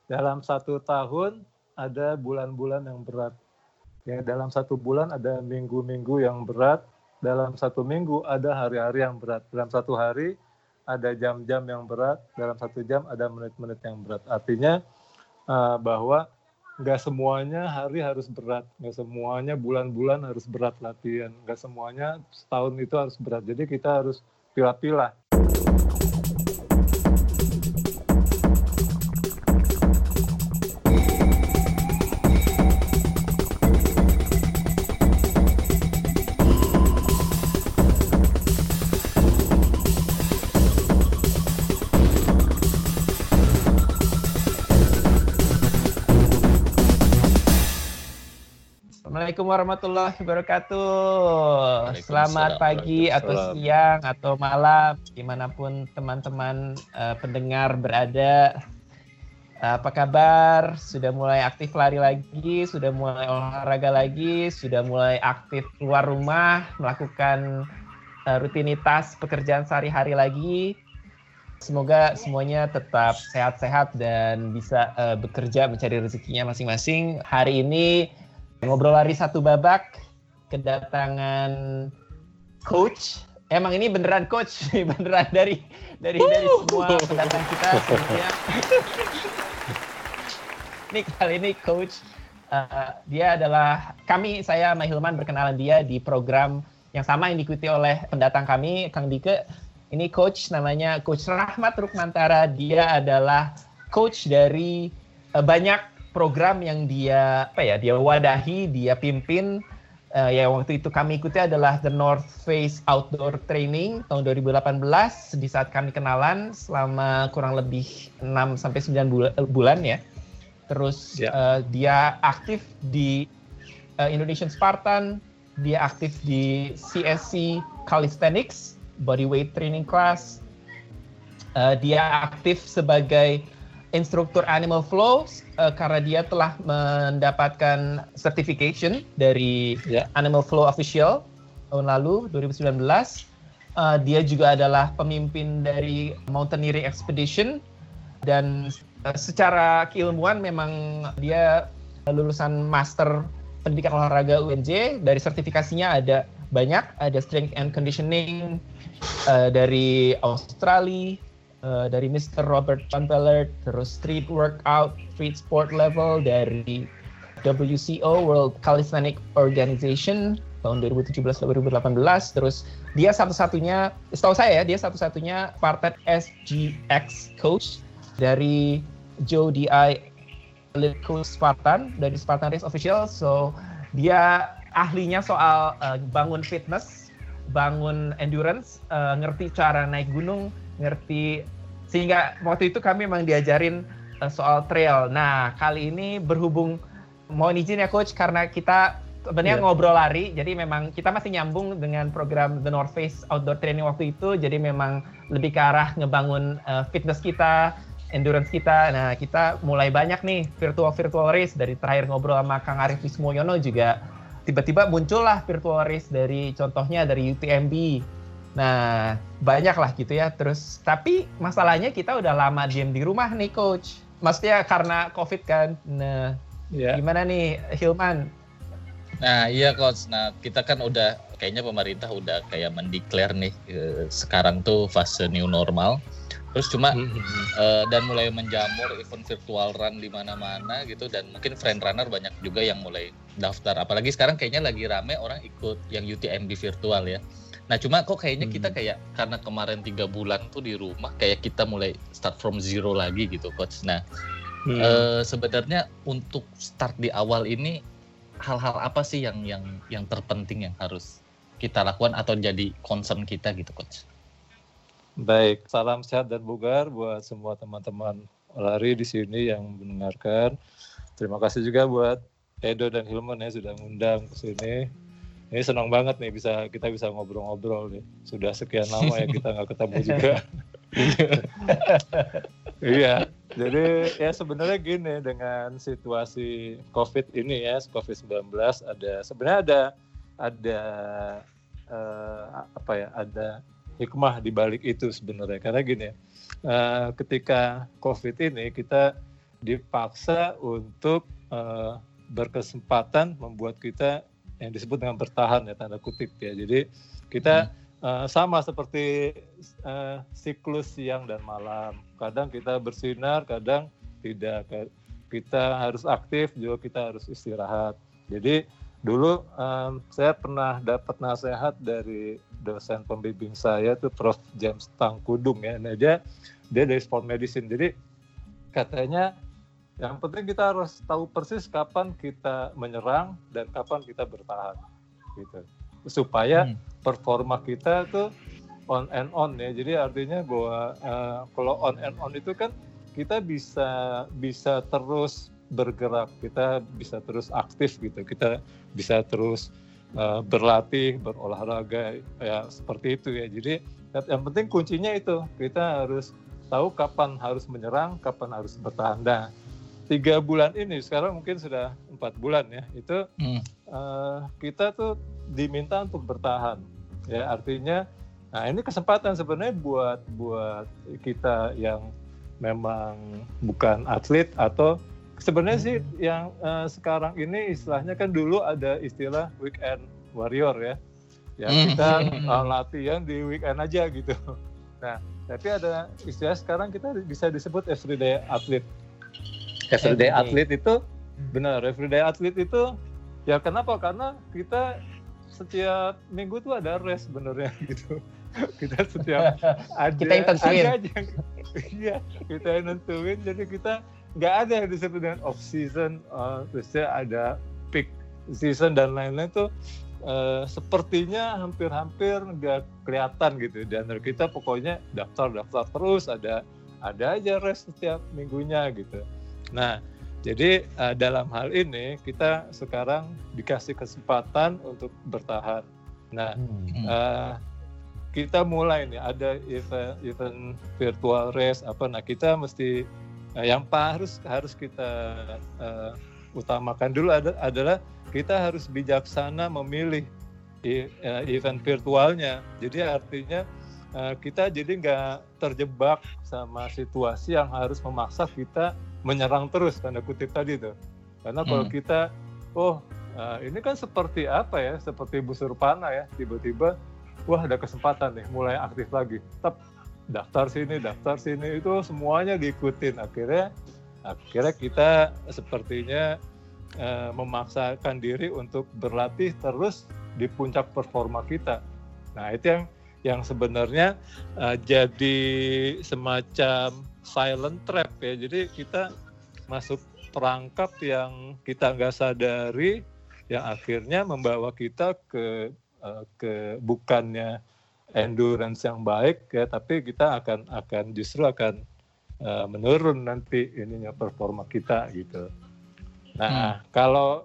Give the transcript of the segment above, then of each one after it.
dalam 1 tahun ada bulan-bulan yang berat. Ya, dalam 1 bulan ada minggu-minggu yang berat. Dalam 1 minggu ada hari-hari yang berat. Dalam 1 hari ada jam-jam yang berat. Dalam 1 jam ada menit-menit yang berat. Artinya bahwa nggak semuanya hari harus berat. Nggak semuanya bulan-bulan harus berat latihan. Nggak semuanya setahun itu harus berat. Jadi kita harus pilah-pilah. Assalamualaikum warahmatullahi wabarakatuh. Selamat pagi atau siang atau malam, dimanapun teman-teman pendengar berada. Apa kabar? Sudah mulai aktif lari lagi, sudah mulai olahraga lagi, sudah mulai aktif keluar rumah, melakukan rutinitas pekerjaan sehari-hari lagi. Semoga semuanya tetap sehat-sehat dan bisa bekerja mencari rezekinya masing-masing. Hari ini Ngobrol Lari Satu Babak, kedatangan coach. Emang ini beneran coach, beneran dari semua pendatang kita sebenarnya. Ini kali ini coach, dia adalah saya sama Hilman berkenalan dia di program yang sama yang diikuti oleh pendatang kami, Kang Dike. Ini coach namanya Coach Rahmat Rukmantara. Dia adalah coach dari banyak program yang dia wadahi, dia pimpin. Ya waktu itu kami ikuti adalah The North Face Outdoor Training tahun 2018 di saat kami kenalan selama kurang lebih 6 sampai 9 bulan ya. Terus dia aktif di Indonesian Spartan, dia aktif di CSC Calisthenics Bodyweight Training Class. Dia aktif sebagai instruktur Animal Flow karena dia telah mendapatkan certification dari Animal Flow Official tahun lalu 2019. Dia juga adalah pemimpin dari Mountaineering Expedition dan secara keilmuan memang dia lulusan Master Pendidikan Olahraga UNJ. Dari sertifikasinya ada banyak, ada Strength and Conditioning dari Australia, dari Mr. Robert John Ballard, terus Street Workout, Street Sport Level dari WCO, World Calisthenics Organization tahun 2017-2018. Terus dia satu-satunya, setahu saya dia satu-satunya Spartan SGX coach dari Joe DI Elite Coach Spartan, dari Spartan Race Official. So dia ahlinya soal bangun fitness, bangun endurance, ngerti cara naik gunung, ngerti, sehingga waktu itu kami memang diajarin soal trail. Nah, kali ini berhubung, mohon izin ya coach, karena kita sebenarnya ngobrol lari, jadi memang kita masih nyambung dengan program The North Face Outdoor Training waktu itu, jadi memang lebih ke arah ngebangun fitness kita, endurance kita. Nah, kita mulai banyak nih virtual race. Dari terakhir ngobrol sama Kang Arif Wismoyono juga tiba-tiba muncullah virtual race dari, contohnya dari UTMB. Nah, banyak lah gitu ya. Terus, tapi masalahnya kita udah lama diem di rumah nih coach. Maksudnya karena COVID kan. Nah, gimana nih Hilman? Nah, iya coach. Nah, kita kan udah, kayaknya pemerintah udah kayak mendeklar nih sekarang tuh fase new normal. Terus cuma dan mulai menjamur event virtual run di mana-mana gitu, dan mungkin friend runner banyak juga yang mulai daftar. Apalagi sekarang kayaknya lagi rame orang ikut yang UTMB virtual ya. Nah, cuma kok kayaknya kita kayak karena kemarin 3 bulan tuh di rumah, kayak kita mulai start from zero lagi gitu coach. Nah, sebenarnya untuk start di awal ini hal-hal apa sih yang terpenting yang harus kita lakukan atau jadi concern kita gitu coach? Baik, salam sehat dan bugar buat semua teman-teman lari di sini yang mendengarkan. Terima kasih juga buat Edo dan Hilman ya sudah ngundang ke sini. Ini senang banget nih kita bisa ngobrol-ngobrol nih. Sudah sekian lama ya kita nggak ketemu juga. Iya, jadi ya sebenarnya gini, dengan situasi COVID ini ya, COVID-19 sebenarnya ada hikmah di balik itu sebenarnya. Karena gini, ketika COVID ini kita dipaksa untuk berkesempatan membuat kita yang disebut dengan bertahan ya, tanda kutip ya. Jadi kita sama seperti siklus siang dan malam. Kadang kita bersinar, kadang tidak. Kita harus aktif, juga kita harus istirahat. Jadi dulu saya pernah dapat nasihat dari dosen pembimbing saya tuh Prof. James Tangkudung ya. Nah, dia dari sport medicine. Jadi katanya yang penting kita harus tahu persis kapan kita menyerang dan kapan kita bertahan, gitu. Supaya performa kita tuh on and on ya. Jadi artinya bahwa kalau on and on itu kan kita bisa terus bergerak, kita bisa terus aktif gitu, kita bisa terus berlatih, berolahraga ya seperti itu ya. Jadi yang penting kuncinya itu kita harus tahu kapan harus menyerang, kapan harus bertahan. Nah, 3 bulan ini, sekarang mungkin sudah 4 bulan ya, itu kita tuh diminta untuk bertahan ya, artinya nah ini kesempatan sebenarnya buat kita yang memang bukan atlet, atau sebenarnya sih yang sekarang ini istilahnya kan, dulu ada istilah weekend warrior ya kita latihan di weekend aja gitu. Nah tapi ada istilah sekarang kita bisa disebut everyday athlete. Everyday athlete itu benar, everyday athlete itu ya kenapa? Karena kita setiap minggu tuh ada rest sebenarnya gitu. Kita setiap kita yang tentuin. Iya, kita yang nentuin. Jadi kita nggak ada yang disebut dengan off season, terusnya ada peak season dan lain-lain tuh sepertinya hampir-hampir nggak kelihatan gitu. Dan kita pokoknya daftar terus, ada aja rest setiap minggunya gitu. Nah, jadi dalam hal ini kita sekarang dikasih kesempatan untuk bertahan. Nah, kita mulai nih ada event virtual race apa. Nah, kita mesti yang harus kita utamakan dulu adalah kita harus bijaksana memilih event virtualnya. Jadi artinya kita jadi nggak terjebak sama situasi yang harus memaksa kita menyerang terus, tanda kutip tadi tuh. Karena kalau kita ini kan seperti apa ya, seperti busur panah ya, tiba-tiba wah ada kesempatan nih mulai aktif lagi, daftar sini itu semuanya diikutin. Akhirnya kita sepertinya memaksakan diri untuk berlatih terus di puncak performa kita. Nah itu yang sebenarnya jadi semacam silent trap ya. Jadi kita masuk perangkap yang kita nggak sadari, yang akhirnya membawa kita ke bukannya endurance yang baik ya, tapi kita akan justru akan menurun nanti ininya performa kita gitu. Nah kalau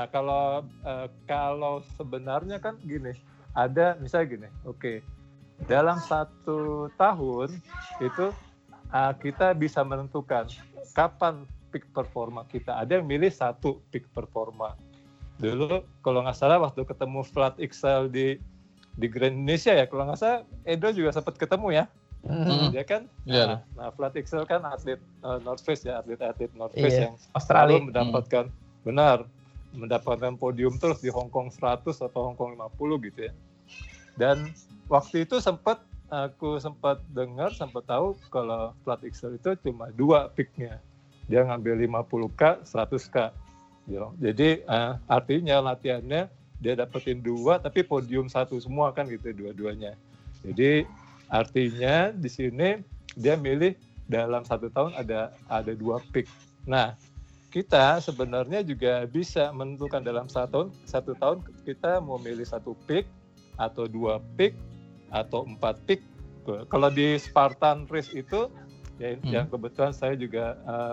sebenarnya kan gini, ada misalnya gini, oke, dalam 1 tahun itu kita bisa menentukan kapan peak performa kita. Ada yang milih 1 peak performa. Dulu kalau nggak salah waktu ketemu Flat Excel di Grand Indonesia ya, kalau nggak salah Edo juga sempat ketemu ya. Dia kan, nah Flat Excel kan atlet North Face ya, atlet North Face yang Australia mendapatkan podium terus di Hong Kong 100 atau Hong Kong 50 gitu ya. Dan waktu itu aku sempat tahu kalau Flat Excel itu cuma 2 peaknya. Dia ngambil 50K, 100K. Jadi artinya latihannya dia dapetin 2 tapi podium 1 semua kan gitu dua-duanya. Jadi artinya di sini dia milih dalam 1 tahun ada 2 peak. Nah, kita sebenarnya juga bisa menentukan dalam 1 tahun kita mau milih 1 peak atau 2 peak atau 4 peak. Kalau di Spartan Race itu ya, yang kebetulan saya juga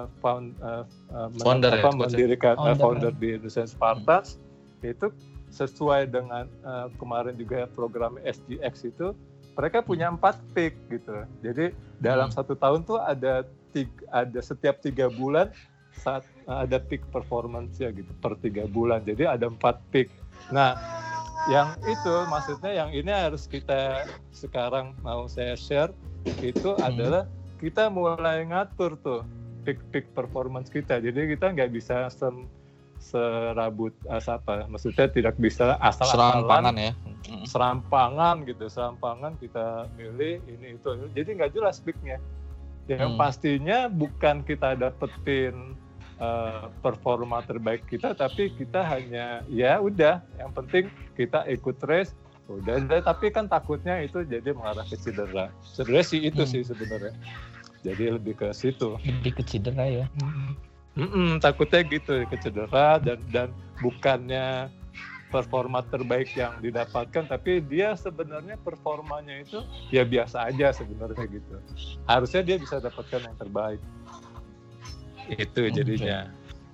founder di Indonesia Spartans, itu sesuai dengan kemarin juga program SGX itu, mereka punya 4 peak gitu. Jadi dalam 1 tahun tuh ada setiap 3 bulan saat ada peak performance ya gitu, per 3 bulan. Jadi ada 4 peak. Nah, yang itu maksudnya yang ini harus kita sekarang mau saya share itu adalah kita mulai ngatur tuh peak performance kita. Jadi kita nggak bisa serabut maksudnya tidak bisa asal-asalan serampangan gitu, serampangan kita milih ini itu. Jadi nggak jelas peaknya. Yang pastinya bukan kita dapetin performa terbaik kita, tapi kita hanya ya udah, yang penting kita ikut race, udah. Tapi kan takutnya itu jadi mengarah ke cedera. Sebenarnya sih itu sih sebenarnya. Jadi lebih ke situ. Lebih ke cedera ya. Takutnya gitu, ke cedera dan bukannya performa terbaik yang didapatkan, tapi dia sebenarnya performanya itu ya biasa aja sebenarnya gitu. Harusnya dia bisa dapatkan yang terbaik. Itu jadinya.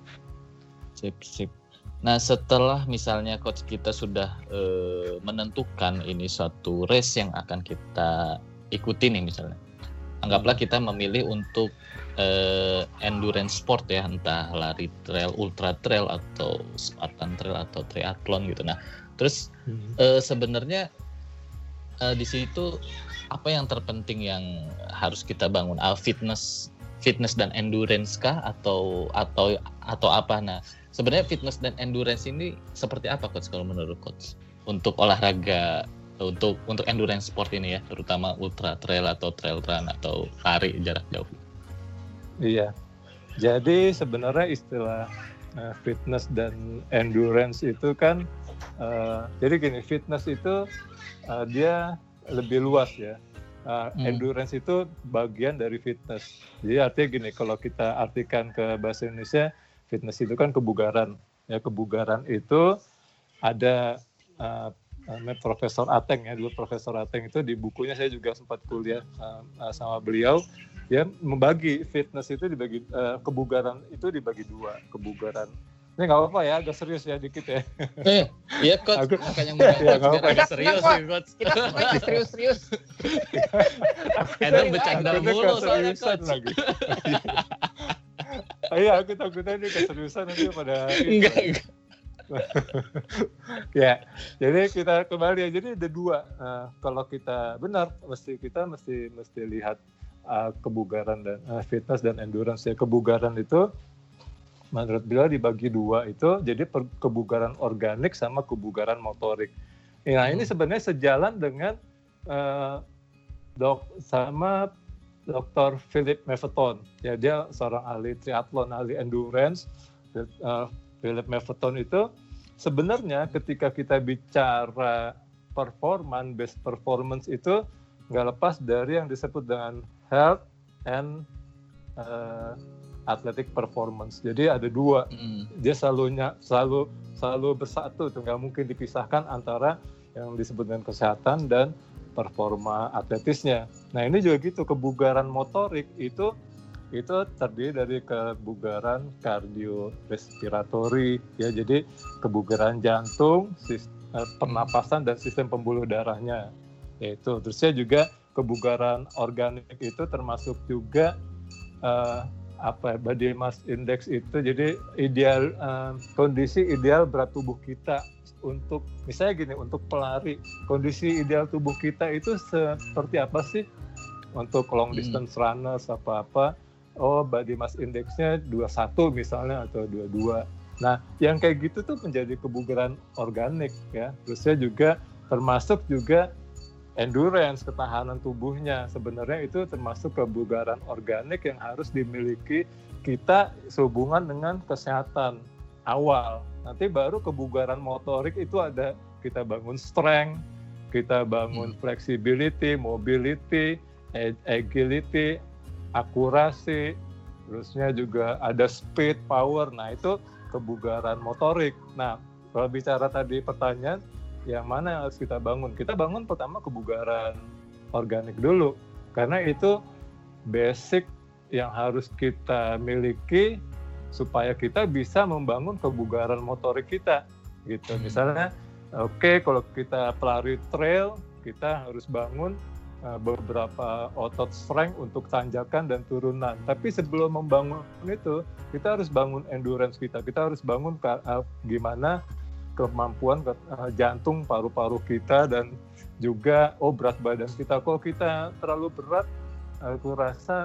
Sip. Nah, setelah misalnya coach kita sudah menentukan ini suatu race yang akan kita ikuti nih misalnya. Anggaplah kita memilih untuk endurance sport ya, entah lari trail, ultra trail atau Spartan trail atau triathlon gitu. Nah, terus sebenarnya di situ apa yang terpenting yang harus kita bangun? Fitness dan endurance kah atau apa? Nah, sebenarnya fitness dan endurance ini seperti apa coach kalau menurut coach untuk olahraga untuk endurance sport ini ya, terutama ultra trail atau trail run atau lari jarak jauh? Iya, jadi sebenarnya istilah fitness dan endurance itu kan, jadi gini, fitness itu dia lebih luas ya, endurance itu bagian dari fitness. Jadi artinya gini, kalau kita artikan ke bahasa Indonesia, fitness itu kan kebugaran. Ya, kebugaran itu ada Profesor Ateng ya, dulu Profesor Ateng itu di bukunya saya juga sempat kuliah sama beliau. Dia membagi fitness itu dibagi, kebugaran itu dibagi dua. Kebugaran ini nggak apa-apa ya, agak serius ya dikit ya. Iya coach, makanya agak serius nih coach. Kita semuanya serius-serius. Enak bercanda mulu soalnya coach. Iya, aku takutnya ini keseriusan nanti pada enggak. Ya, jadi kita kembali ya. Jadi ada dua. Kalau kita benar, kita mesti lihat kebugaran dan fitness dan endurance ya. Kebugaran itu menurut beliau dibagi dua itu, jadi kebugaran organik sama kebugaran motorik. Nah, ini sebenarnya sejalan dengan sama Dr. Philip Maffetone. Ya, dia seorang ahli triathlon, ahli endurance. Philip Maffetone itu sebenarnya ketika kita bicara best performance itu nggak lepas dari yang disebut dengan health and athletic performance. Jadi ada dua, dia selalu bersatu, itu nggak mungkin dipisahkan antara yang disebut dengan kesehatan dan performa atletisnya. Nah ini juga gitu, kebugaran motorik itu terdiri dari kebugaran kardiorespiratori ya, jadi kebugaran jantung, pernapasan dan sistem pembuluh darahnya yaitu. Terusnya juga kebugaran organik itu termasuk juga body mass index itu, jadi ideal kondisi ideal berat tubuh kita untuk misalnya gini, untuk pelari kondisi ideal tubuh kita itu seperti apa sih untuk long distance runners apa-apa. Body mass index-nya 21 misalnya atau 22. Nah, yang kayak gitu tuh menjadi kebugaran organik ya. Terusnya juga termasuk juga endurance, ketahanan tubuhnya. Sebenarnya itu termasuk kebugaran organik yang harus dimiliki kita sehubungan dengan kesehatan awal. Nanti baru kebugaran motorik itu ada, kita bangun strength, kita bangun flexibility, mobility, agility, akurasi, terusnya juga ada speed, power. Nah itu kebugaran motorik. Nah kalau bicara tadi pertanyaan, yang mana yang harus kita bangun? Kita bangun pertama kebugaran organik dulu, karena itu basic yang harus kita miliki supaya kita bisa membangun kebugaran motorik kita. Gitu. Misalnya, kalau kita pelari trail, kita harus bangun beberapa otot strength untuk tanjakan dan turunan. Tapi sebelum membangun itu, kita harus bangun endurance kita. Kita harus bangun gimana kemampuan jantung, paru-paru kita, dan juga berat badan kita. Kalau kita terlalu berat, aku rasa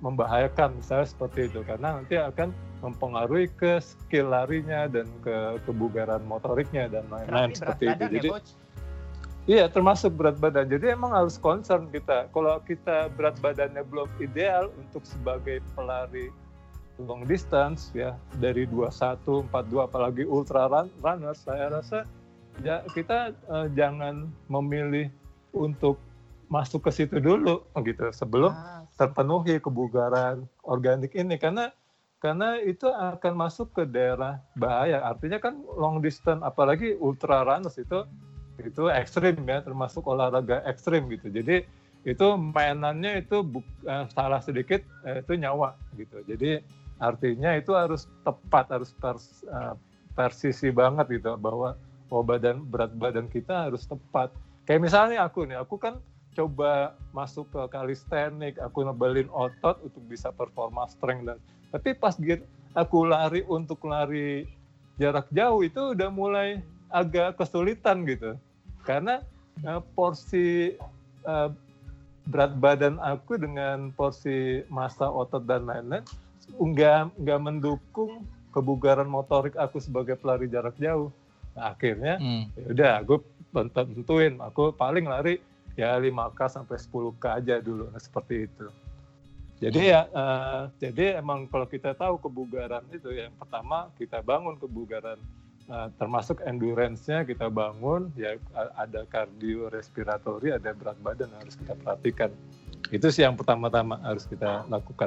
membahayakan misalnya seperti itu, karena nanti akan mempengaruhi ke skill larinya dan ke kebugaran motoriknya dan lain-lain seperti itu. Jadi iya, termasuk berat badan. Jadi emang harus concern kita. Kalau kita berat badannya belum ideal untuk sebagai pelari long distance ya, dari 21, 42 apalagi ultra runner, saya rasa ya kita jangan memilih untuk masuk ke situ dulu gitu sebelum terpenuhi kebugaran organik ini, karena itu akan masuk ke daerah bahaya. Artinya kan long distance apalagi ultra runners itu ekstrim ya, termasuk olahraga ekstrim gitu. Jadi itu mainannya itu salah sedikit itu nyawa gitu. Jadi artinya itu harus tepat, harus persisi banget gitu, bahwa berat badan kita harus tepat. Kayak misalnya aku kan coba masuk ke calisthenics, aku nebelin otot untuk bisa performa strength, tapi pas aku lari jarak jauh itu udah mulai agak kesulitan gitu, karena porsi berat badan aku dengan porsi massa otot dan lain-lain nggak mendukung kebugaran motorik aku sebagai pelari jarak jauh. Nah, akhirnya ya udah aku tentuin aku paling lari ya 5K sampai 10K aja dulu, seperti itu. Jadi jadi emang kalau kita tahu kebugaran itu, yang pertama kita bangun kebugaran, termasuk endurance-nya kita bangun, ya ada kardio respiratory, ada berat badan yang harus kita perhatikan. Itu sih yang pertama-tama harus kita lakukan.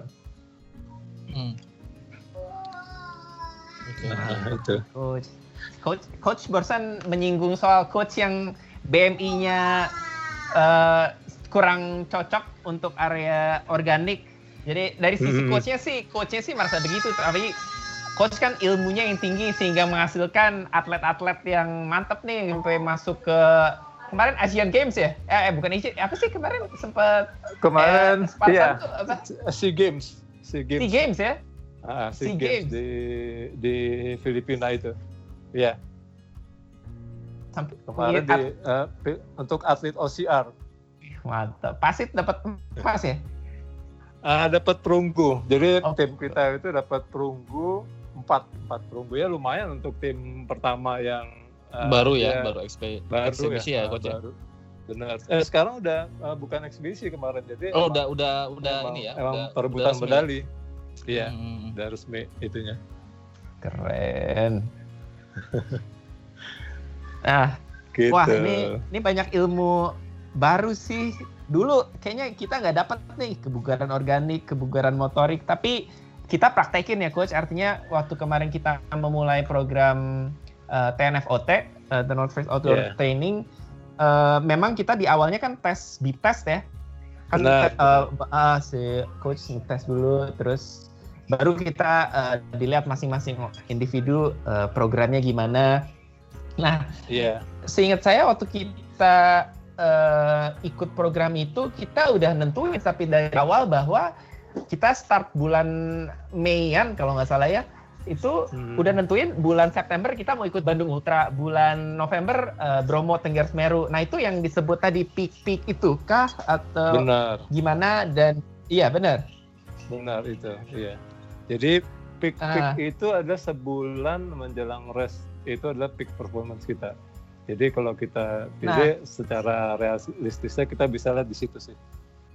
Itu. Coach barusan menyinggung soal coach yang BMI-nya kurang cocok untuk area organik. Jadi dari sisi coachnya sih merasa begitu. Tapi coach kan ilmunya yang tinggi sehingga menghasilkan atlet-atlet yang mantap nih sampai masuk ke kemarin Asian Games ya? Bukan Asian, apa sih kemarin sempat? Kemarin iya. SEA Games ya? SEA Games di Filipina itu. Iya. Kemarin untuk atlet OCR. Mantap. Pasit dapat emas ya? Dapat perunggu. Jadi tim kita itu dapat perunggu 4 perunggu ya, lumayan untuk tim pertama yang baru eksibisi ya coach ya. Benar. Sekarang udah bukan eksibisi kemarin, jadi udah ini ya. Emang perebutan medali. Iya, udah resmi itunya. Keren. Nah, gitu. Wah ini banyak ilmu baru sih. Dulu kayaknya kita nggak dapat nih kebugaran organik, kebugaran motorik, tapi kita praktekin ya coach. Artinya waktu kemarin kita memulai program TNFOT, The North Face Outdoor Training, memang kita di awalnya kan beep test ya. Kan si coach ngetes dulu, terus baru kita dilihat masing-masing individu programnya gimana. Nah, seingat saya waktu kita ikut program itu, kita udah nentuin tapi dari awal bahwa kita start bulan Mei-an kalau nggak salah ya, itu udah nentuin bulan September kita mau ikut Bandung Ultra, bulan November Bromo Tengger Semeru. Nah itu yang disebut tadi peak itu kah atau gimana? Dan iya benar itu, iya. Jadi peak itu adalah sebulan menjelang race, itu adalah peak performance kita. Jadi kalau kita pilih secara realistisnya kita bisa lihat di situ sih.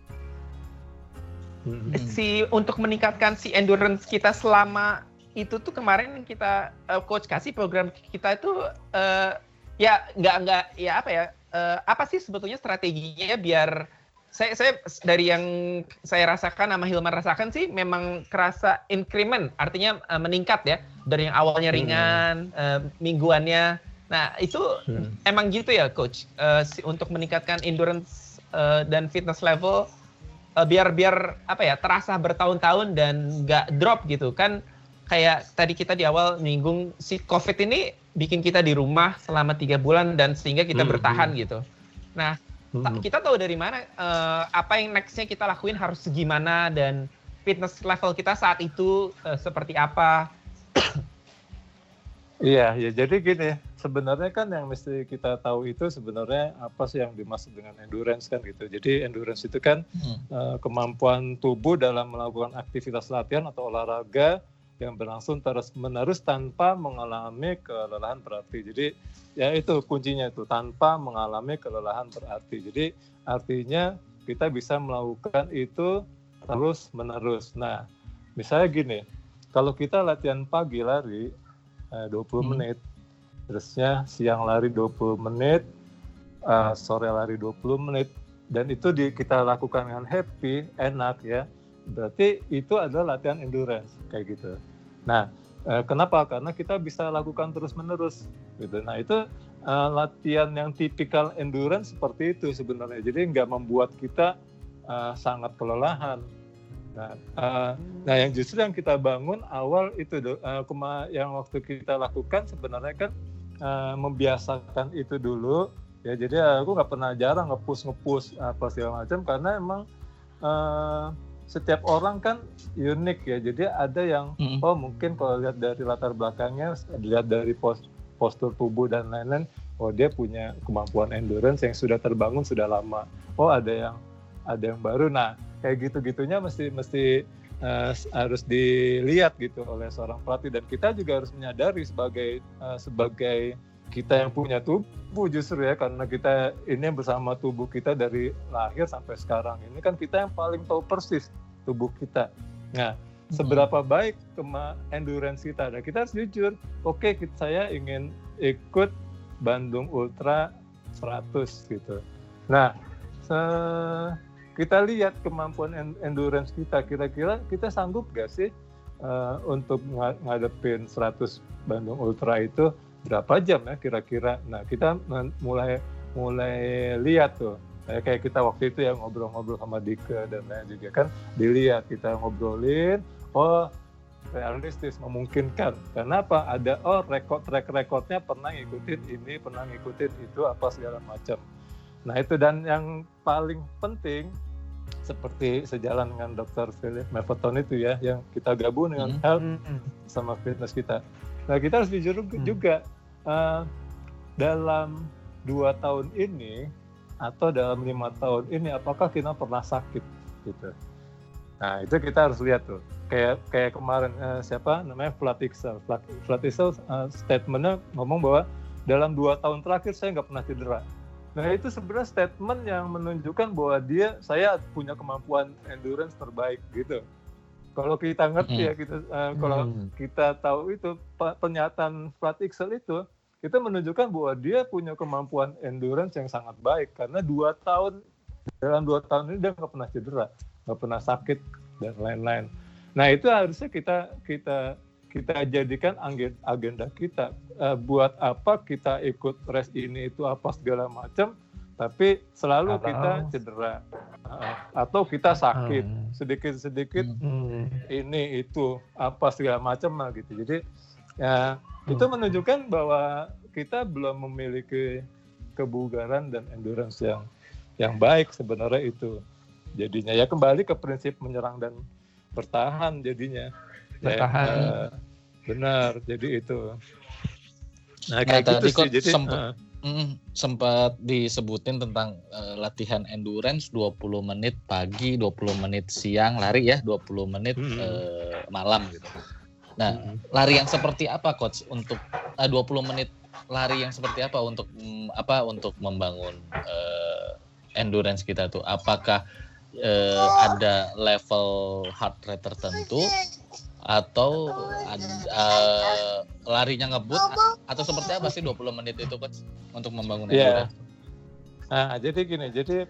Untuk meningkatkan si endurance kita selama itu tuh kemarin kita coach kasih program kita itu apa sih sebetulnya strateginya biar saya dari yang saya rasakan sama Hilman rasakan sih memang kerasa increment, artinya meningkat ya dari yang awalnya ringan mingguannya. Nah itu emang gitu ya coach, untuk meningkatkan endurance dan fitness level biar apa ya terasa bertahun-tahun dan nggak drop gitu kan. Kayak tadi kita di awal menyinggung si COVID ini bikin kita di rumah selama 3 bulan dan sehingga kita bertahan gitu. Nah kita tahu dari mana apa yang nextnya kita lakuin harus gimana dan fitness level kita saat itu seperti apa. Iya, ya jadi gini, sebenarnya kan yang mesti kita tahu itu sebenarnya apa sih yang dimaksud dengan endurance kan gitu. Jadi endurance itu kan kemampuan tubuh dalam melakukan aktivitas latihan atau olahraga yang berlangsung terus-menerus tanpa mengalami kelelahan berarti. Jadi ya itu kuncinya itu, tanpa mengalami kelelahan berarti. Jadi artinya kita bisa melakukan itu terus-menerus. Nah, misalnya gini, kalau kita latihan pagi lari 20 menit, terusnya siang lari 20 menit, sore lari 20 menit, dan itu kita lakukan dengan happy, enak ya, berarti itu adalah latihan endurance, kayak gitu. Nah, kenapa? Karena kita bisa lakukan terus-menerus, gitu. Nah, itu latihan yang tipikal endurance seperti itu sebenarnya, jadi nggak membuat kita sangat kelelahan. Nah, yang justru yang kita bangun awal itu, yang waktu kita lakukan sebenarnya kan membiasakan itu dulu ya. Jadi aku nggak pernah jarang nge-push apa segala macam, karena emang setiap orang kan unik ya. Jadi ada yang mungkin kalau lihat dari latar belakangnya, lihat dari postur tubuh dan lain-lain, dia punya kemampuan endurance yang sudah terbangun sudah lama. Ada yang baru. Nah, kayak gitu-gitunya mesti harus dilihat gitu oleh seorang pelatih, dan kita juga harus menyadari sebagai kita yang punya tubuh justru ya, karena kita ini bersama tubuh kita dari lahir sampai sekarang ini kan kita yang paling tahu persis tubuh kita. Nah, seberapa baik endurance kita, dan kita harus jujur, saya ingin ikut Bandung Ultra 100 gitu. Nah, kita lihat kemampuan endurance kita, kira-kira kita sanggup gak sih untuk ngadepin 100 Bandung Ultra itu berapa jam ya kira-kira. Nah, kita mulai lihat tuh, kayak kita waktu itu ya ngobrol-ngobrol sama Dike dan lain juga kan, dilihat, kita ngobrolin, realistis, memungkinkan. Kenapa? Ada track recordnya pernah ngikutin ini, pernah ngikutin itu, apa segala macam. Nah itu, dan yang paling penting seperti sejalan dengan Dr. Philip Mevaton itu ya, yang kita gabung dengan health sama fitness kita. Nah kita harus jujur juga, dalam 2 tahun ini atau dalam 5 tahun ini apakah kita pernah sakit gitu. Nah itu kita harus lihat tuh. Kayak kemarin siapa namanya Flat Excel statementnya ngomong bahwa dalam 2 tahun terakhir saya nggak pernah cedera. Nah itu sebenarnya statement yang menunjukkan bahwa saya punya kemampuan endurance terbaik gitu. Kalau kita ngerti ya, kalau kita tahu itu pernyataan Flat Excel itu menunjukkan bahwa dia punya kemampuan endurance yang sangat baik, karena dalam 2 tahun ini dia nggak pernah cedera, nggak pernah sakit dan lain-lain. Nah itu harusnya kita jadikan agenda kita. Buat apa kita ikut race ini itu apa segala macam, tapi selalu kita cedera atau kita sakit sedikit ini itu apa segala macam lah gitu. Jadi ya itu menunjukkan bahwa kita belum memiliki kebugaran dan endurance yang baik sebenarnya itu. Jadinya ya kembali ke prinsip menyerang dan bertahan jadinya. Bertahan. Benar, jadi itu. Nah kayak gitu sih. Jadi sempat disebutin tentang latihan endurance 20 menit pagi, 20 menit siang lari ya, 20 menit malam gitu. Nah, lari yang seperti apa coach untuk 20 menit lari yang seperti apa untuk membangun endurance kita tuh? Apakah ada level heart rate tertentu atau larinya ngebut atau seperti apa sih 20 menit itu coach untuk membangun endurance? Nah, jadi gini, jadi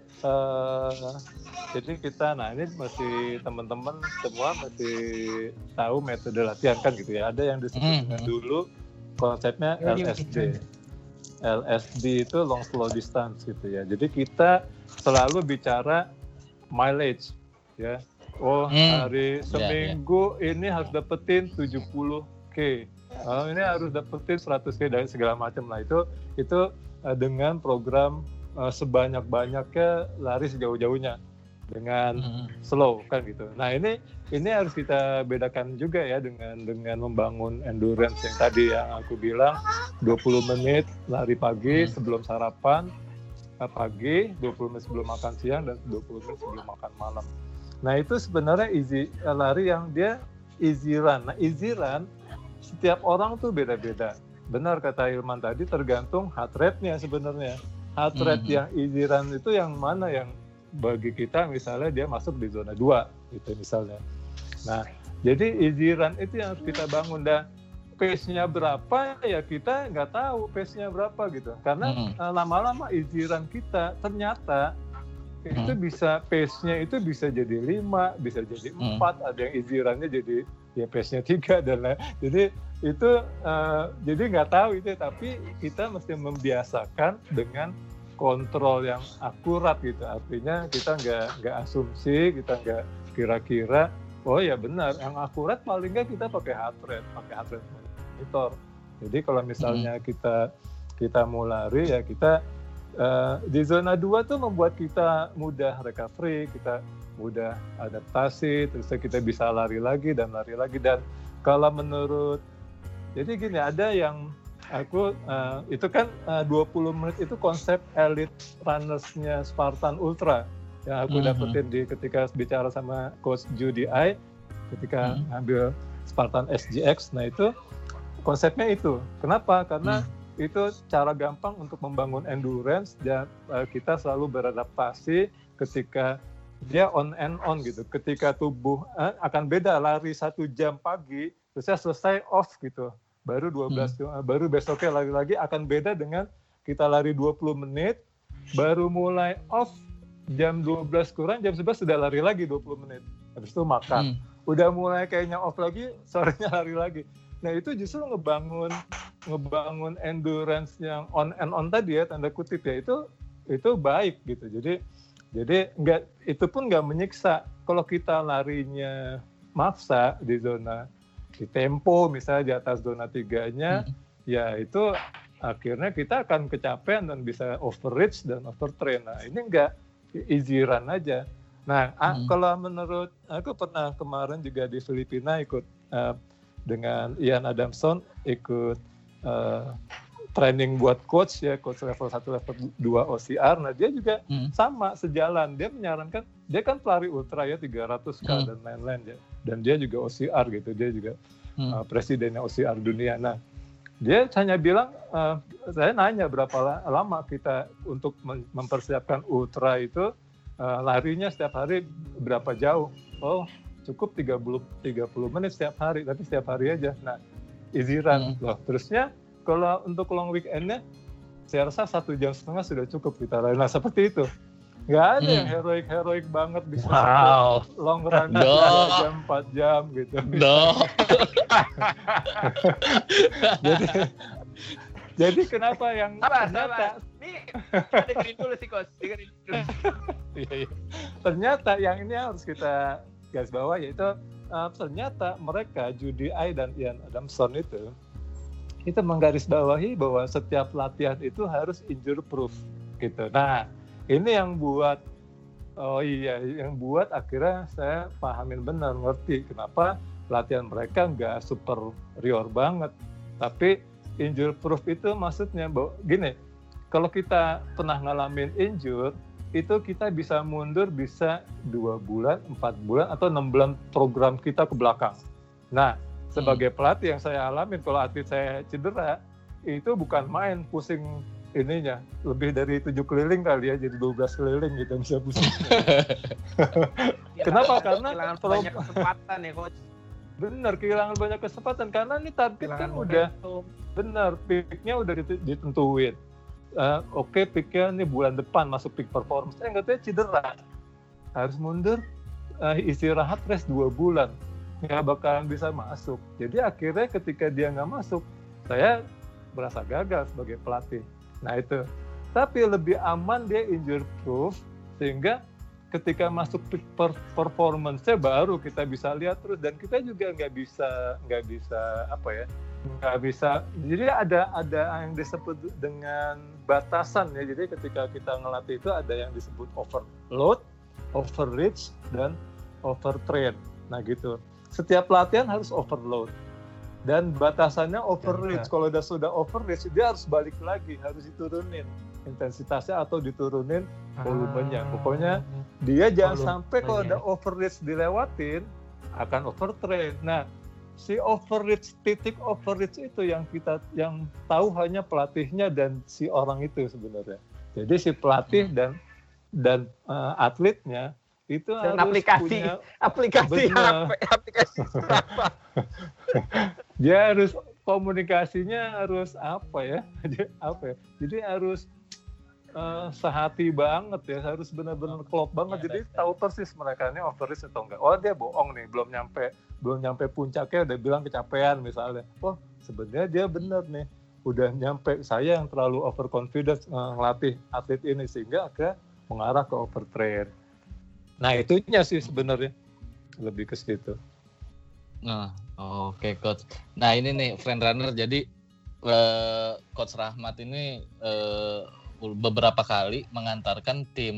kita, ini masih teman-teman semua masih tahu metode latihan kan gitu ya. Ada yang disebut dengan dulu konsepnya LSD. LSD itu long slow distance gitu ya. Jadi kita selalu bicara mileage ya. Hari seminggu ini harus dapetin 70K. Ini harus dapetin 100K dan segala macam lah. Itu dengan program sebanyak-banyaknya lari sejauh-jauhnya dengan slow kan gitu. Nah ini harus kita bedakan juga ya dengan membangun endurance yang tadi yang aku bilang 20 menit lari pagi sebelum sarapan pagi, 20 menit sebelum makan siang dan 20 menit sebelum makan malam. Nah itu sebenarnya lari yang dia easy run. Nah easy run setiap orang tuh beda-beda. Benar kata Hilman tadi, tergantung heart rate-nya sebenarnya. Heart rate yang easy run itu yang mana yang bagi kita misalnya dia masuk di zona 2 gitu misalnya. Nah, jadi easy run itu yang harus kita bangun. Dan pace-nya berapa ya kita nggak tahu pace-nya berapa gitu. Karena lama-lama easy run kita ternyata itu bisa pace-nya itu bisa jadi 5, bisa jadi 4, ada yang easy run-nya jadi ya pace-nya 3 dan lain. Jadi itu jadi nggak tahu itu, tapi kita mesti membiasakan dengan kontrol yang akurat gitu. Artinya kita nggak asumsi, kita nggak kira-kira oh ya benar, yang akurat paling nggak kita pakai heart rate monitor. Jadi kalau misalnya kita mau lari ya kita di zona 2 tuh membuat kita mudah recovery, kita mudah adaptasi, terus kita bisa lari lagi. Dan kalau menurut, jadi gini, ada yang aku itu kan 20 menit itu konsep elite runners-nya Spartan Ultra yang aku dapetin ketika bicara sama Coach Judy I ketika ambil Spartan SGX. Nah itu konsepnya itu. Kenapa? Karena itu cara gampang untuk membangun endurance dan kita selalu beradaptasi ketika dia on and on gitu. Ketika tubuh akan beda, lari 1 jam pagi terus saya selesai off gitu. Baru 12 baru besoknya lari lagi akan beda dengan kita lari 20 menit baru mulai off jam 12 kurang, jam 11 sudah lari lagi 20 menit. Habis itu makan. Udah mulai kayaknya off lagi, sorenya lari lagi. Nah, itu justru ngebangun endurance yang on and on tadi ya, tanda kutip ya, itu baik gitu. Jadi enggak, itu pun nggak menyiksa. Kalau kita larinya maksa di zona di tempo misalnya di atas zona 3-nya, ya itu akhirnya kita akan kecapean dan bisa overreach dan overtrain. Nah, ini enggak, easy run aja. Nah, kalau menurut aku pernah kemarin juga di Filipina ikut dengan Ian Adamson, ikut training buat coach ya, coach level 1, level 2 OCR. Nah, dia juga sama sejalan. Dia menyarankan, dia kan pelari ultra ya, 300K dan lain-lain ya. Dan dia juga OCR gitu, dia juga presidennya OCR dunia. Nah, dia hanya bilang, saya nanya berapa lama kita untuk mempersiapkan ultra itu, larinya setiap hari berapa jauh. Oh, cukup 30 menit setiap hari, tapi setiap hari aja. Nah, easy run. Loh, terusnya kalau untuk long weekend-nya, saya rasa 1,5 jam sudah cukup kita lari. Nah, seperti itu. Nggak ada yang heroik banget bisa long run 3 jam, 4 jam gitu. Jadi kenapa yang sabar. Nih, dengerin dulu sih, Coach. Dengerin dulu. Ternyata yang ini harus kita garis bawah, yaitu ternyata mereka, Judy I dan Ian Adamson itu menggarisbawahi bahwa setiap latihan itu harus injury proof gitu. Nah, ini yang buat akhirnya saya pahamin benar, ngerti kenapa latihan mereka nggak superior banget. Tapi injury proof itu maksudnya gini, kalau kita pernah ngalamin injury, itu kita bisa mundur bisa 2 bulan, 4 bulan, atau 6 bulan program kita ke belakang. Nah, sebagai pelatih yang saya alamin, kalau atlet saya cedera, itu bukan main, pusing ininya, lebih dari 7 keliling kali ya, jadi 12 keliling gitu bisa pusing. Kenapa? Karena kehilangan banyak kesempatan ya, Coach. Benar, kehilangan banyak kesempatan, karena ini target kan udah, benar, peak-nya udah ditentuin. Oke, peak-nya ini bulan depan masuk peak performance, katanya cedera, harus mundur, istirahat rest 2 bulan, nggak bakalan bisa masuk. Jadi akhirnya ketika dia nggak masuk, saya berasa gagal sebagai pelatih. Nah itu, tapi lebih aman dia injury proof, sehingga ketika masuk peak performance-nya baru kita bisa lihat terus, dan kita juga nggak bisa. Jadi ada yang disebut dengan batasan ya. Jadi ketika kita ngelatih itu ada yang disebut overload, overreach dan overtrain. Nah gitu. Setiap latihan harus overload. Dan batasannya overreach. Kalau sudah overreach, dia harus balik lagi, harus diturunin intensitasnya atau diturunin volumenya. Pokoknya dia jangan sampai kalau ada overreach dilewatin, akan overtrain. Nah, si overreach, titik overreach itu yang tahu hanya pelatihnya dan si orang itu sebenarnya. Jadi si pelatih dan atletnya itu dan harus punya aplikasi apa? Dia harus komunikasinya harus jadi harus sehati banget ya, harus benar-benar klop banget. Jadi tahu persis mereka ini overreach atau enggak. Oh dia bohong nih, belum nyampe puncaknya udah bilang kecapean misalnya. Oh sebenarnya dia benar nih, udah nyampe. Saya yang terlalu overconfident ngelatih atlet ini sehingga akhirnya mengarah ke overtrain. Nah itunya sih sebenarnya lebih ke situ. Nah, oke, Coach. Nah ini nih friend runner, jadi Coach Rahmat ini beberapa kali mengantarkan tim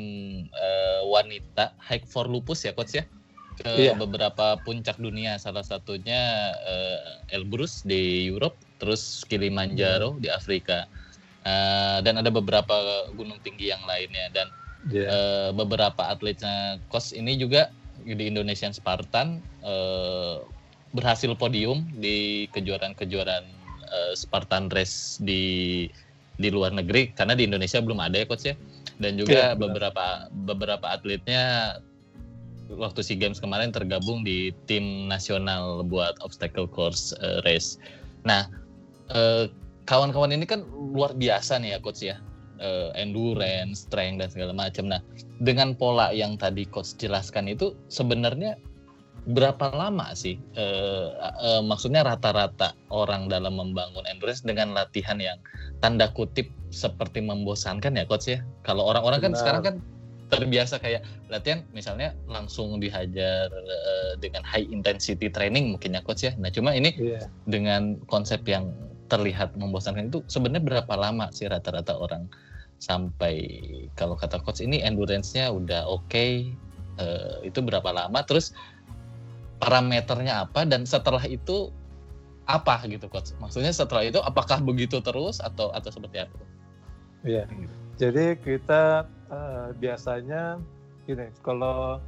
wanita Hike for Lupus ya Coach ya ke beberapa puncak dunia, salah satunya Elbrus di Europe, terus Kilimanjaro di Afrika, dan ada beberapa gunung tinggi yang lainnya, dan beberapa atletnya Coach ini juga di Indonesian Spartan berhasil podium di kejuaraan Spartan Race di luar negeri, karena di Indonesia belum ada ya Coach ya. Dan juga beberapa atletnya waktu SEA Games kemarin tergabung di tim nasional buat obstacle course race. Nah, kawan-kawan ini kan luar biasa nih ya Coach ya. Endurance, strength dan segala macam. Nah, dengan pola yang tadi Coach jelaskan itu sebenarnya berapa lama sih maksudnya rata-rata orang dalam membangun endurance dengan latihan yang tanda kutip seperti membosankan ya Coach ya? Kalau orang-orang kan sekarang kan terbiasa kayak latihan misalnya langsung dihajar dengan high intensity training mungkin ya Coach ya. Nah cuma ini dengan konsep yang terlihat membosankan itu sebenarnya berapa lama sih rata-rata orang sampai kalau kata Coach ini endurance-nya udah oke, itu berapa lama, terus parameternya apa, dan setelah itu apa gitu Coach? Maksudnya setelah itu apakah begitu terus atau seperti apa? Iya. Jadi kita biasanya gini, kalau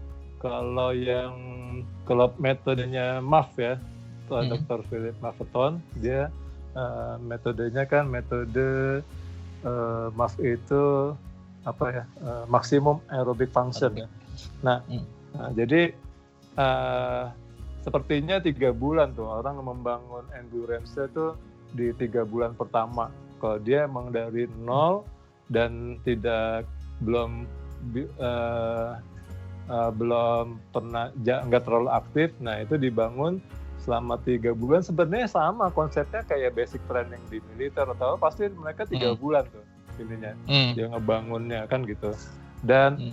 metodenya MAF ya, Dr. Philip Maffetone, dia metodenya kan metode MAF itu maksimum aerobic function ya. Nah, jadi sepertinya 3 bulan tuh orang membangun endurance-nya tuh di 3 bulan pertama. Kalau dia emang dari nol dan belum pernah nggak terlalu aktif, nah itu dibangun selama 3 bulan. Sebenarnya sama konsepnya kayak basic training di militer atau pasti mereka 3 bulan tuh ininya dia ngebangunnya kan gitu. Dan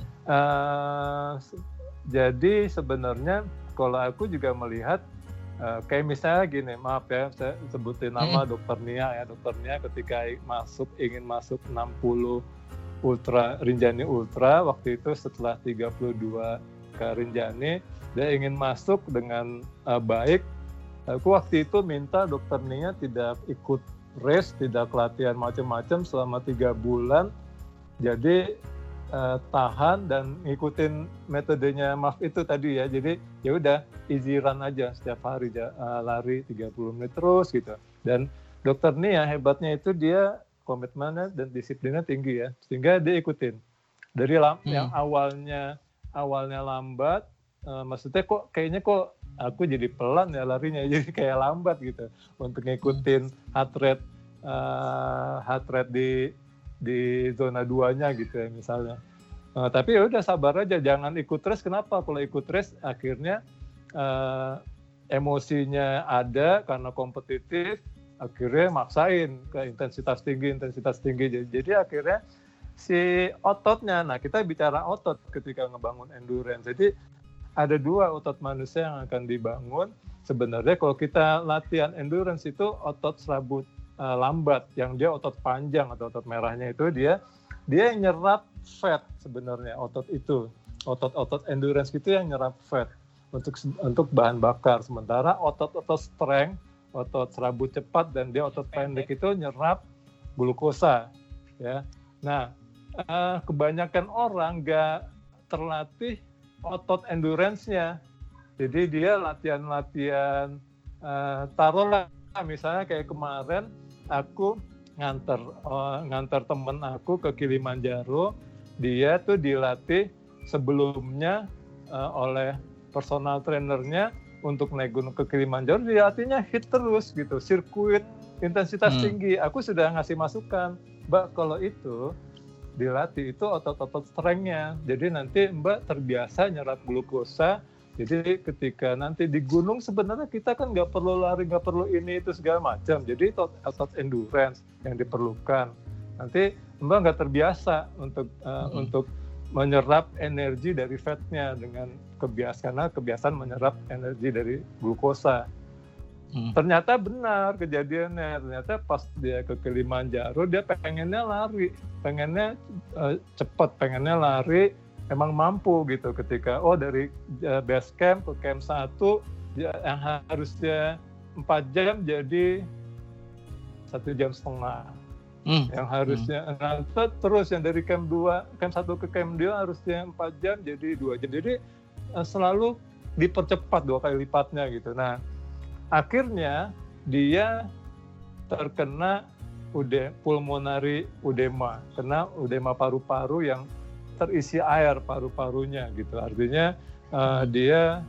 jadi sebenarnya kalau aku juga melihat kayak misalnya gini, maaf ya saya sebutin nama Dr. Nia ya. Dr. Nia ketika ingin masuk 60 Rinjani Ultra waktu itu setelah 32 ke Rinjani, dia ingin masuk dengan baik. Aku waktu itu minta Dr. Nia tidak ikut race, tidak latihan macam-macam selama 3 bulan. Jadi tahan dan ngikutin metodenya MAF itu tadi ya. Jadi ya udah easy run aja setiap hari lari 30 menit terus gitu. Dan Dr. Nia hebatnya itu dia komitmennya dan disiplinnya tinggi ya. Sehingga dia ikutin. Dari yang awalnya lambat, maksudnya kayaknya aku jadi pelan ya larinya, jadi kayak lambat gitu untuk ngikutin heart rate di zona 2-nya gitu ya misalnya. Tapi ya udah sabar aja, jangan ikut race. Kenapa? Kalau ikut race akhirnya emosinya ada karena kompetitif, akhirnya maksain ke intensitas tinggi. Jadi akhirnya si ototnya, nah kita bicara otot ketika ngebangun endurance. Jadi ada 2 otot manusia yang akan dibangun. Sebenarnya kalau kita latihan endurance itu otot serabut lambat, yang dia otot panjang atau otot merahnya itu dia nyerap fat sebenarnya otot itu. Otot-otot endurance itu yang nyerap fat untuk bahan bakar. Sementara otot-otot strength, otot serabut cepat dan dia otot pendek itu nyerap glukosa. Ya. Nah, kebanyakan orang nggak terlatih otot endurance-nya. Jadi dia latihan-latihan, taruhlah misalnya kayak kemarin aku nganter temen aku ke Kilimanjaro, dia tuh dilatih sebelumnya oleh personal trainernya untuk naik gunung ke Kilimanjaro, dilatihnya hit terus gitu, sirkuit intensitas tinggi. Aku sudah ngasih masukan, Mbak, kalau itu dilatih itu otot-otot strength-nya. Jadi nanti Mbak terbiasa nyerap glukosa. Jadi ketika nanti di gunung sebenarnya kita kan nggak perlu lari, nggak perlu ini itu segala macam. Jadi otot endurance yang diperlukan. Nanti Mbak nggak terbiasa untuk menyerap energi dari fatnya dengan kebiasaan menyerap energi dari glukosa. Ternyata benar kejadiannya. Ternyata pas dia ke Kilimanjaro dia pengennya lari, pengennya cepat, pengennya lari. Emang mampu gitu ketika dari base camp ke camp 1 yang harusnya 4 jam jadi 1,5 jam. Yang harusnya terus yang dari camp 1 ke camp 2 harusnya 4 jam jadi 2 jam. Jadi selalu dipercepat 2 kali lipatnya gitu. Nah, akhirnya dia terkena pulmonary edema, kena edema paru-paru yang terisi air paru-parunya gitu. Artinya dia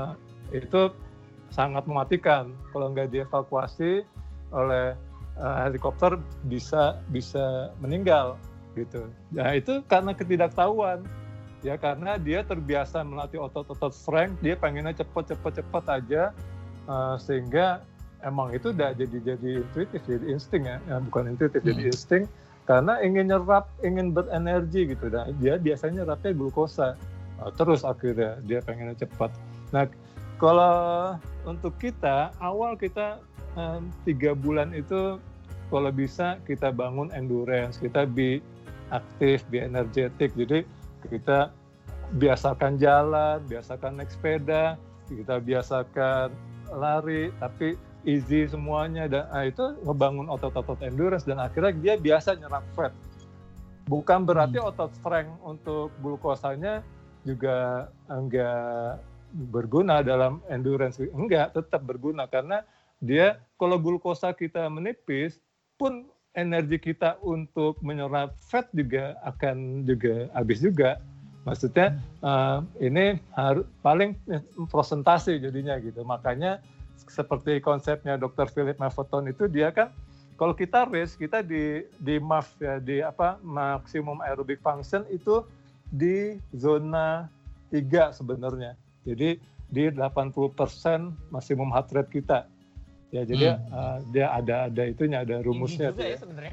itu sangat mematikan. Kalau nggak dievakuasi oleh helikopter bisa meninggal gitu. Nah itu karena ketidaktahuan ya, karena dia terbiasa melatih otot-otot strength, dia pengennya cepet aja sehingga emang itu udah jadi intuitif, jadi insting ya bukan intuitif, jadi insting. Karena ingin nyerap, ingin berenergi gitu. Nah, dia biasanya nyerapnya glukosa. Terus akhirnya dia pengennya cepat. Nah, kalau untuk kita, awal kita 3 bulan itu kalau bisa kita bangun endurance, kita be aktif, be energetic. Jadi kita biasakan jalan, biasakan naik sepeda, kita biasakan lari, tapi easy semuanya, dan itu ngebangun otot-otot endurance dan akhirnya dia biasa nyerap fat. Bukan berarti otot strength untuk glukosanya juga enggak berguna dalam endurance, enggak, tetap berguna karena dia kalau glukosa kita menipis pun energi kita untuk menyerap fat juga akan habis juga. Maksudnya ini harus paling prosentase jadinya gitu. Makanya seperti konsepnya Dr. Philip Maffetone itu dia kan kalau kita race kita di MAF ya, di maximum aerobic function itu di zona 3 sebenarnya. Jadi di 80% maksimum heart rate kita. Ya jadi dia ada itunya, ada rumusnya. Juga ya sebenarnya.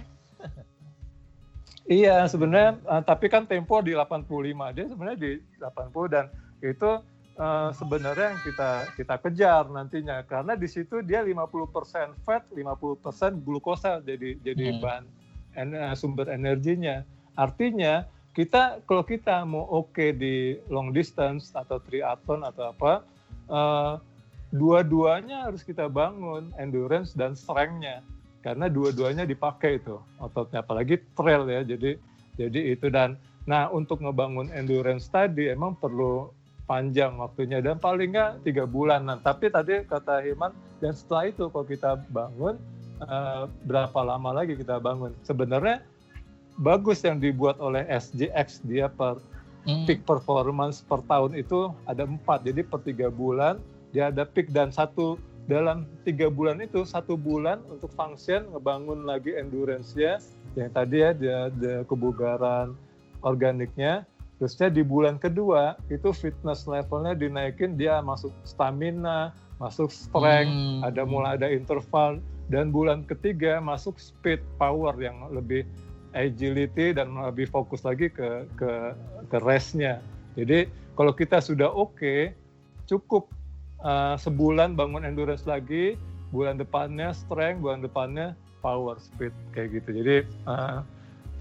Iya sebenarnya, tapi kan tempo di 85, dia sebenarnya di 80 dan itu sebenarnya yang kita kejar nantinya karena di situ dia 50% fat, 50% glukosa jadi bahan sumber energinya. Artinya kalau kita mau oke di long distance atau triathlon atau apa, dua-duanya harus kita bangun endurance dan strength-nya karena dua-duanya dipakai itu ototnya, apalagi trail ya. Jadi itu dan nah untuk ngebangun endurance tadi emang perlu panjang waktunya dan paling nggak 3 bulan. Nah, tapi tadi kata Hilman, dan setelah itu kalau kita bangun berapa lama lagi kita bangun? Sebenarnya bagus yang dibuat oleh SGX, dia peak performance per tahun itu ada 4. Jadi per 3 bulan dia ada peak dan dalam 3 bulan itu 1 bulan untuk function ngebangun lagi endurance-nya yang tadi ya dia kebugaran organiknya. Terusnya di bulan kedua itu fitness levelnya dinaikin, dia masuk stamina, masuk strength, mulai ada interval, dan bulan ketiga masuk speed power yang lebih agility dan lebih fokus lagi ke race-nya. Jadi kalau kita sudah oke, cukup sebulan bangun endurance lagi, bulan depannya strength, bulan depannya power speed kayak gitu. Jadi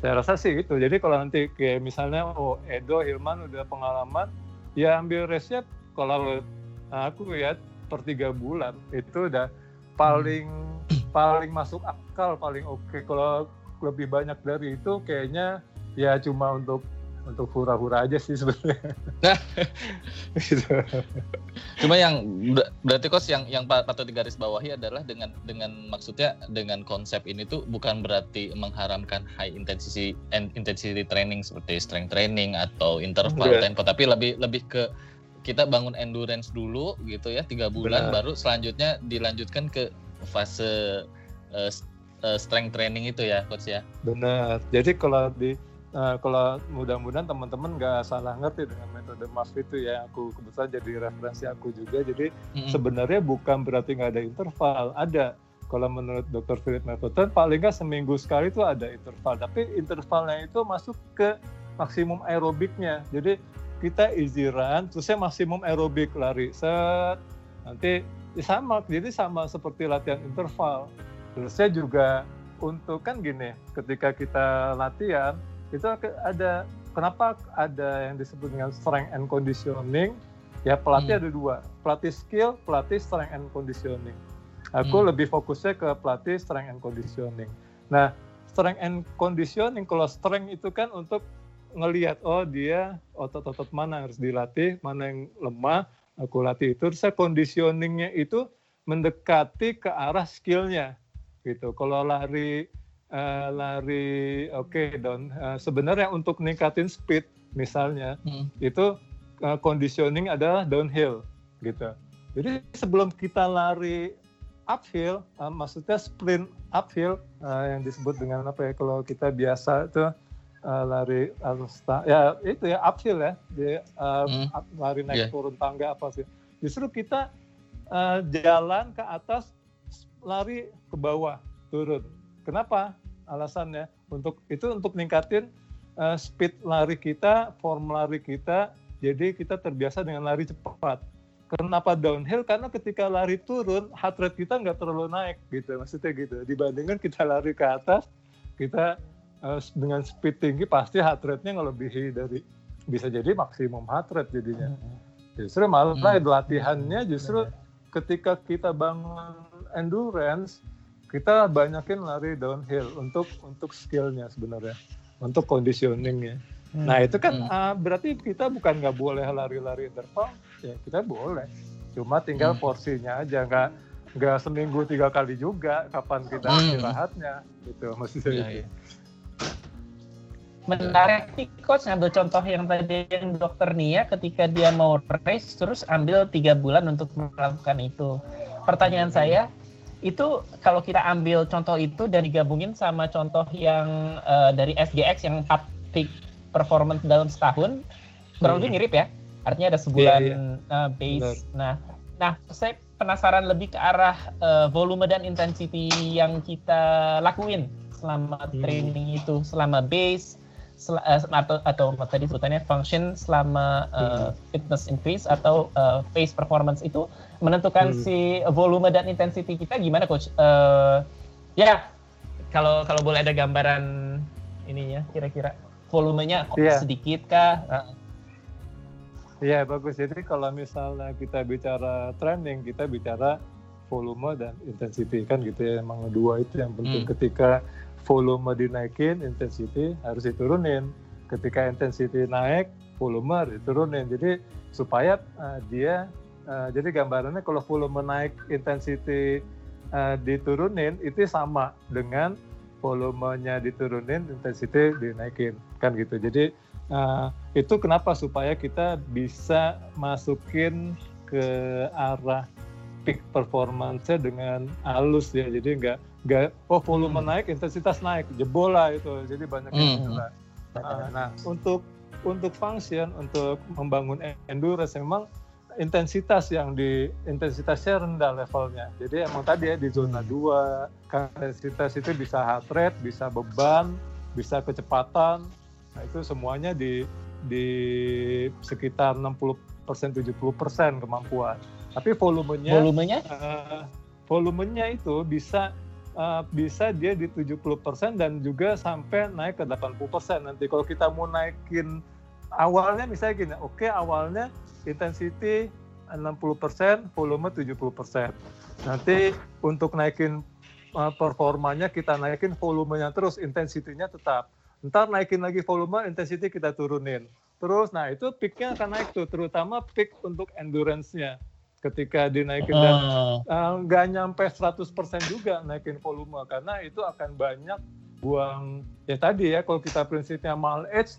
Saya rasa sih itu. Jadi kalau nanti kayak misalnya Edo, Hilman udah pengalaman, ya ambil resep. Kalau aku lihat per 3 bulan itu udah paling masuk akal, paling oke. Kalau lebih banyak dari itu kayaknya ya cuma untuk hura-hura aja sih sebenarnya. Gitu. Cuma yang berarti Coach yang patut digaris bawahi adalah dengan maksudnya dengan konsep ini tuh bukan berarti mengharamkan high intensity training seperti strength training atau interval tempo, tapi lebih ke kita bangun endurance dulu gitu ya 3 bulan. Benar. Baru selanjutnya dilanjutkan ke fase strength training itu ya Coach ya. Benar. Jadi kalau mudah-mudahan teman-teman nggak salah ngerti dengan metode MAF itu ya, aku kebetulan jadi referensi aku juga. Jadi sebenarnya bukan berarti nggak ada interval, ada. Kalau menurut Dr. Philip Mapleton paling nggak seminggu sekali itu ada interval, tapi intervalnya itu masuk ke maksimum aerobiknya. Jadi kita easy run, terusnya maksimum aerobik lari set, nanti jadi sama seperti latihan interval. Terusnya juga untuk kan gini, ketika kita latihan itu ada, kenapa ada yang disebut dengan strength and conditioning, ya pelatih ada 2, pelatih skill, pelatih strength and conditioning. Aku lebih fokusnya ke pelatih strength and conditioning. Nah, strength and conditioning, kalau strength itu kan untuk ngelihat, dia otot-otot mana harus dilatih, mana yang lemah, aku latih itu. Terus conditioningnya itu mendekati ke arah skillnya, gitu. Kalau lari sebenarnya untuk ningkatin speed misalnya itu conditioning adalah downhill gitu. Jadi sebelum kita lari uphill, maksudnya sprint uphill, yang disebut dengan apa ya, kalau kita biasa itu lari ya itu ya uphill ya, lari naik turun tangga apa sih, justru kita jalan ke atas, lari ke bawah turun. Kenapa? Alasannya untuk ningkatin speed lari kita, form lari kita, jadi kita terbiasa dengan lari cepat. Kenapa downhill? Karena ketika lari turun, heart rate kita nggak terlalu naik, gitu, maksudnya gitu. Dibandingkan kita lari ke atas, kita dengan speed tinggi pasti heart rate-nya ngelebihi dari, bisa jadi maksimum heart rate jadinya. Justru malah latihannya justru ketika kita bangun endurance, kita banyakin lari downhill untuk skillnya sebenarnya, untuk conditioningnya. Nah itu kan berarti kita bukan nggak boleh lari-lari interval, ya kita boleh, cuma tinggal porsinya aja, nggak seminggu 3 kali juga, kapan kita istirahatnya, gitu maksudnya. Itu. Menarik nih Coach, ngambil contoh yang tadi yang Dokter Nia ketika dia mau race terus ambil 3 bulan untuk melakukan itu. Pertanyaan saya, itu kalau kita ambil contoh itu dan digabungin sama contoh yang dari SGX yang 4 peak performance dalam setahun, kurang lebih mirip ya. Artinya ada sebulan base. Nah, saya penasaran lebih ke arah volume dan intensity yang kita lakuin selama training itu, selama base atau tadi sebutannya function, selama fitness increase atau pace performance itu menentukan si volume dan intensity kita gimana Coach? Ya kalau boleh ada gambaran ininya kira-kira volumenya sedikit kah? Iya bagus. Jadi kalau misalnya kita bicara training, kita bicara volume dan intensity kan gitu ya. Emang 2 itu yang penting. Ketika volume dinaikin, intensity harus diturunin. Ketika intensity naik, volume harus diturunin. Jadi supaya jadi gambarannya kalau volume naik, intensity diturunin, itu sama dengan volumenya diturunin, intensity dinaikin, kan gitu. Jadi itu kenapa supaya kita bisa masukin ke arah peak performance-nya dengan halus ya. Jadi nggak volume naik, intensitas naik, jebol lah itu. Jadi banyak yang cedera. Nah, untuk function, untuk membangun endurance memang intensitasnya rendah levelnya. Jadi emang tadi ya di zona 2, intensitas itu bisa heart rate, bisa beban, bisa kecepatan. Nah, itu semuanya di sekitar 60%-70% kemampuan. Tapi volumenya itu bisa bisa dia di 70% dan juga sampai naik ke 80%. Nanti kalau kita mau naikin awalnya misalnya gini, oke, awalnya intensity 60%, volume 70%. Nanti untuk naikin performanya kita naikin volumenya terus, intensity-nya tetap. Ntar naikin lagi volume, intensity kita turunin. Terus, nah itu peak-nya akan naik tuh, terutama peak untuk endurance-nya. Ketika dinaikin dan nggak nyampe 100% juga naikin volume, karena itu akan banyak buang, ya tadi ya, kalau kita prinsipnya mild age,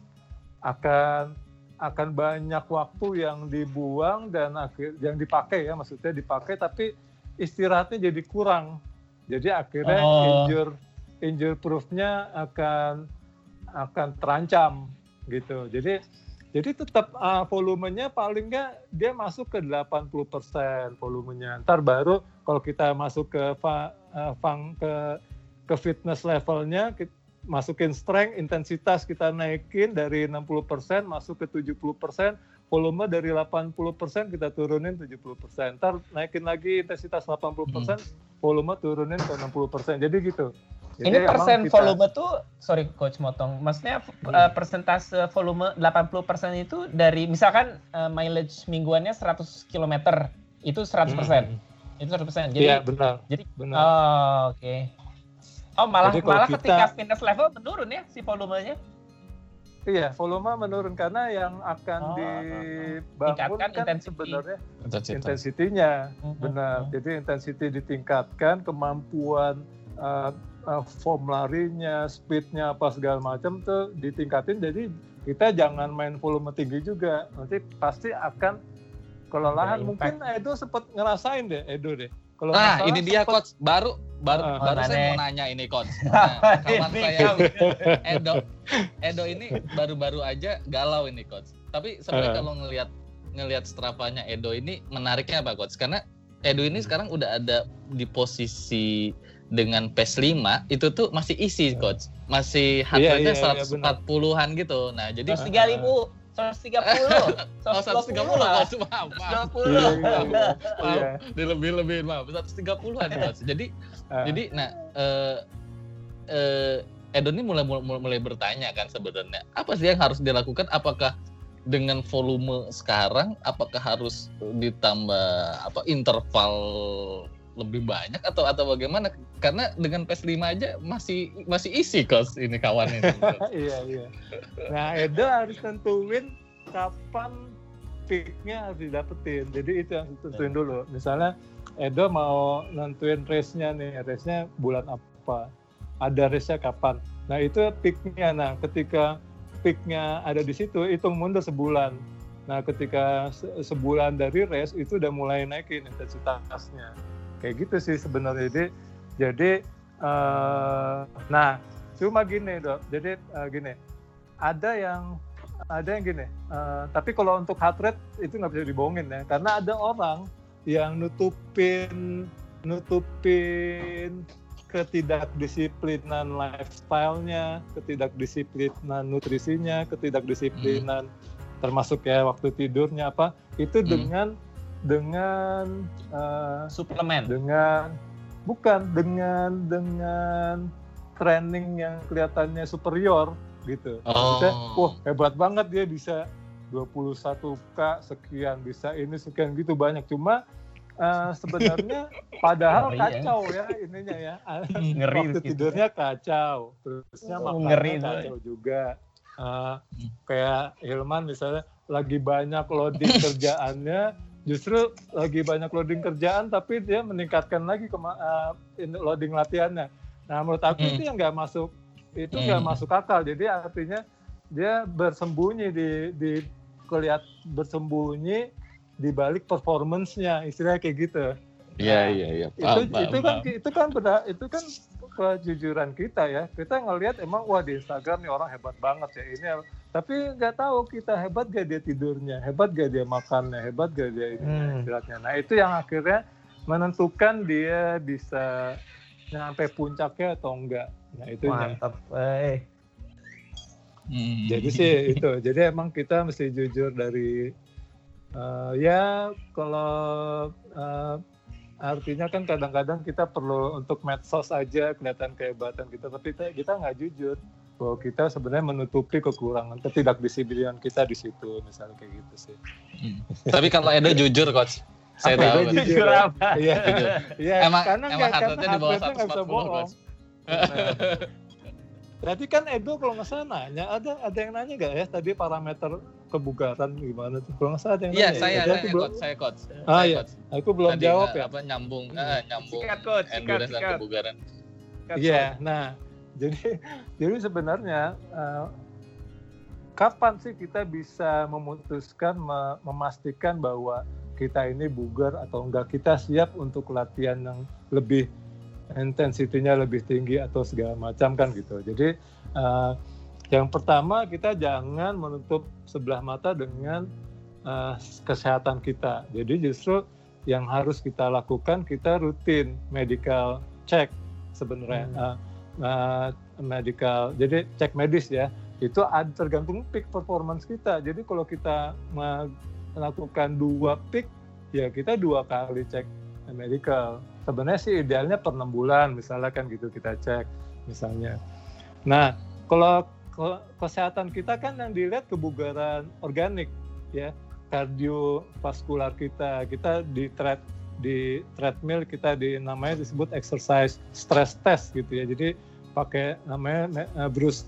akan banyak waktu yang dibuang dan yang dipakai ya, maksudnya dipakai tapi istirahatnya jadi kurang. Jadi akhirnya injury proof-nya akan terancam gitu. Jadi tetap volumenya paling nggak dia masuk ke 80% volumenya. Ntar baru kalau kita masuk ke fitness levelnya, masukin strength, intensitas kita naikin dari 60% masuk ke 70%, volume dari 80% kita turunin 70%. Ntar naikin lagi intensitas 80%, volume turunin ke 60%. Jadi gitu. Jadi ini persen volume tuh, sorry coach motong, maksudnya persentase volume 80% itu dari misalkan mileage mingguannya 100 km, itu 100%. Itu 100%. Jadi, iya, benar. Jadi, benar. Oke. Oh, malah ketika fitness level menurun ya si volumenya? Iya, volume menurun karena yang akan dibangun kan sebenarnya intensitinya. Benar. Jadi intensity ditingkatkan, kemampuan form larinya, speednya apa segala macam tuh ditingkatin. Jadi kita jangan main volume tinggi juga, nanti pasti akan kelelahan. Mungkin Edo sempat ngerasain deh, Kalau ini dia coach, baru saya mau nanya ini coach. Nah, kawan saya Edo ini baru-baru aja galau ini coach. Tapi sebenarnya kalau ngelihat Strava-nya Edo ini menariknya apa coach? Karena Edo ini sekarang udah ada di posisi dengan PES 5 itu tuh masih isi coach, masih heart rate-nya 140-an gitu. Nah jadi 130, 130, 130 coach, maaf. Dilebih-lebihin maaf, 130-an coach. Jadi nah Edo ini mulai bertanya kan sebenarnya apa sih yang harus dilakukan? Apakah dengan volume sekarang, apakah harus ditambah interval lebih banyak atau bagaimana? Karena dengan PES 5 aja masih isi coach ini kawan ini. Iya. Nah, Edo harus tentuin kapan peak-nya harus didapetin. Jadi itu yang tentuin dulu. Misalnya Edo mau nentuin race-nya nih, race-nya bulan apa? Ada race-nya kapan? Nah, itu peak-nya. Nah, ketika peak-nya ada di situ, hitung mundur sebulan. Nah, ketika sebulan dari race itu udah mulai naikin intensitasnya. Kayak gitu sih sebenarnya. Jadi nah cuma gini Dok. Jadi gini, ada yang gini. Tapi kalau untuk heart rate itu nggak bisa dibohongin ya, karena ada orang yang nutupin ketidakdisiplinan lifestyle-nya, ketidakdisiplinan nutrisinya, ketidakdisiplinan termasuk ya waktu tidurnya itu dengan suplemen, dengan training yang kelihatannya superior gitu. Maksudnya, hebat banget dia bisa 21K sekian, bisa ini sekian gitu banyak. Cuma sebenarnya padahal kacau ya ininya ya. Ngeri waktu tidurnya kacau, terusnya makannya kacau juga. Kayak Hilman misalnya lagi banyak loading kerjaannya, justru lagi banyak loading kerjaan tapi dia meningkatkan lagi loading latihannya. Nah menurut aku itu yang nggak masuk, itu nggak masuk akal. Jadi artinya dia bersembunyi bersembunyi di balik performance-nya, istilahnya kayak gitu. Iya. Itu kan kejujuran kita ya. Kita ngelihat emang wah di Instagram nih orang hebat banget ya ini. Tapi nggak tahu kita hebat gak dia tidurnya, hebat gak dia makannya, hebat gak dia istirahatnya. Nah itu yang akhirnya menentukan dia bisa nyampe puncaknya atau enggak. Nah itu mantap. Jadi sih itu. Jadi emang kita mesti jujur dari ya kalau artinya kan kadang-kadang kita perlu untuk medsos aja kelihatan kehebatan kita, tapi kita nggak jujur bahwa kita sebenarnya menutupi kekurangan, ketidakdisiplinan kita di situ, misalnya kayak gitu sih. Tapi kalau Edo jujur, Coach. Saya tahu. Jujur apa? Iya. Emang karena hardware-nya di bawah 140, Coach. Berarti kan Edo kalau nggak salah nanya, ada yang nanya nggak ya tadi parameter kebugaran gimana tuh? Kalau nggak salah ada yang nanya. Iya, saya coach. Iya. Aku belum tadi, jawab ya. Apa nyambung sikat, coach, endurance sikat. dan kebugaran. Iya. Nah, jadi sebenarnya kapan sih kita bisa memutuskan memastikan bahwa kita ini bugar atau enggak, kita siap untuk latihan yang lebih intensitinya lebih tinggi atau segala macam kan gitu. Jadi yang pertama kita jangan menutup sebelah mata dengan kesehatan kita. Jadi justru yang harus kita lakukan, kita rutin medical check sebenarnya. Medical, jadi cek medis ya. Itu tergantung peak performance kita. Jadi kalau kita melakukan 2 peak, ya kita 2 kali cek medical. Sebenarnya sih idealnya per 6 bulan misalnya kan gitu kita cek misalnya. Nah, kalau kesehatan kita kan yang dilihat kebugaran organik ya, kardiovaskular kita di treadmill kita namanya disebut exercise stress test gitu ya. Jadi pakai namanya Bruce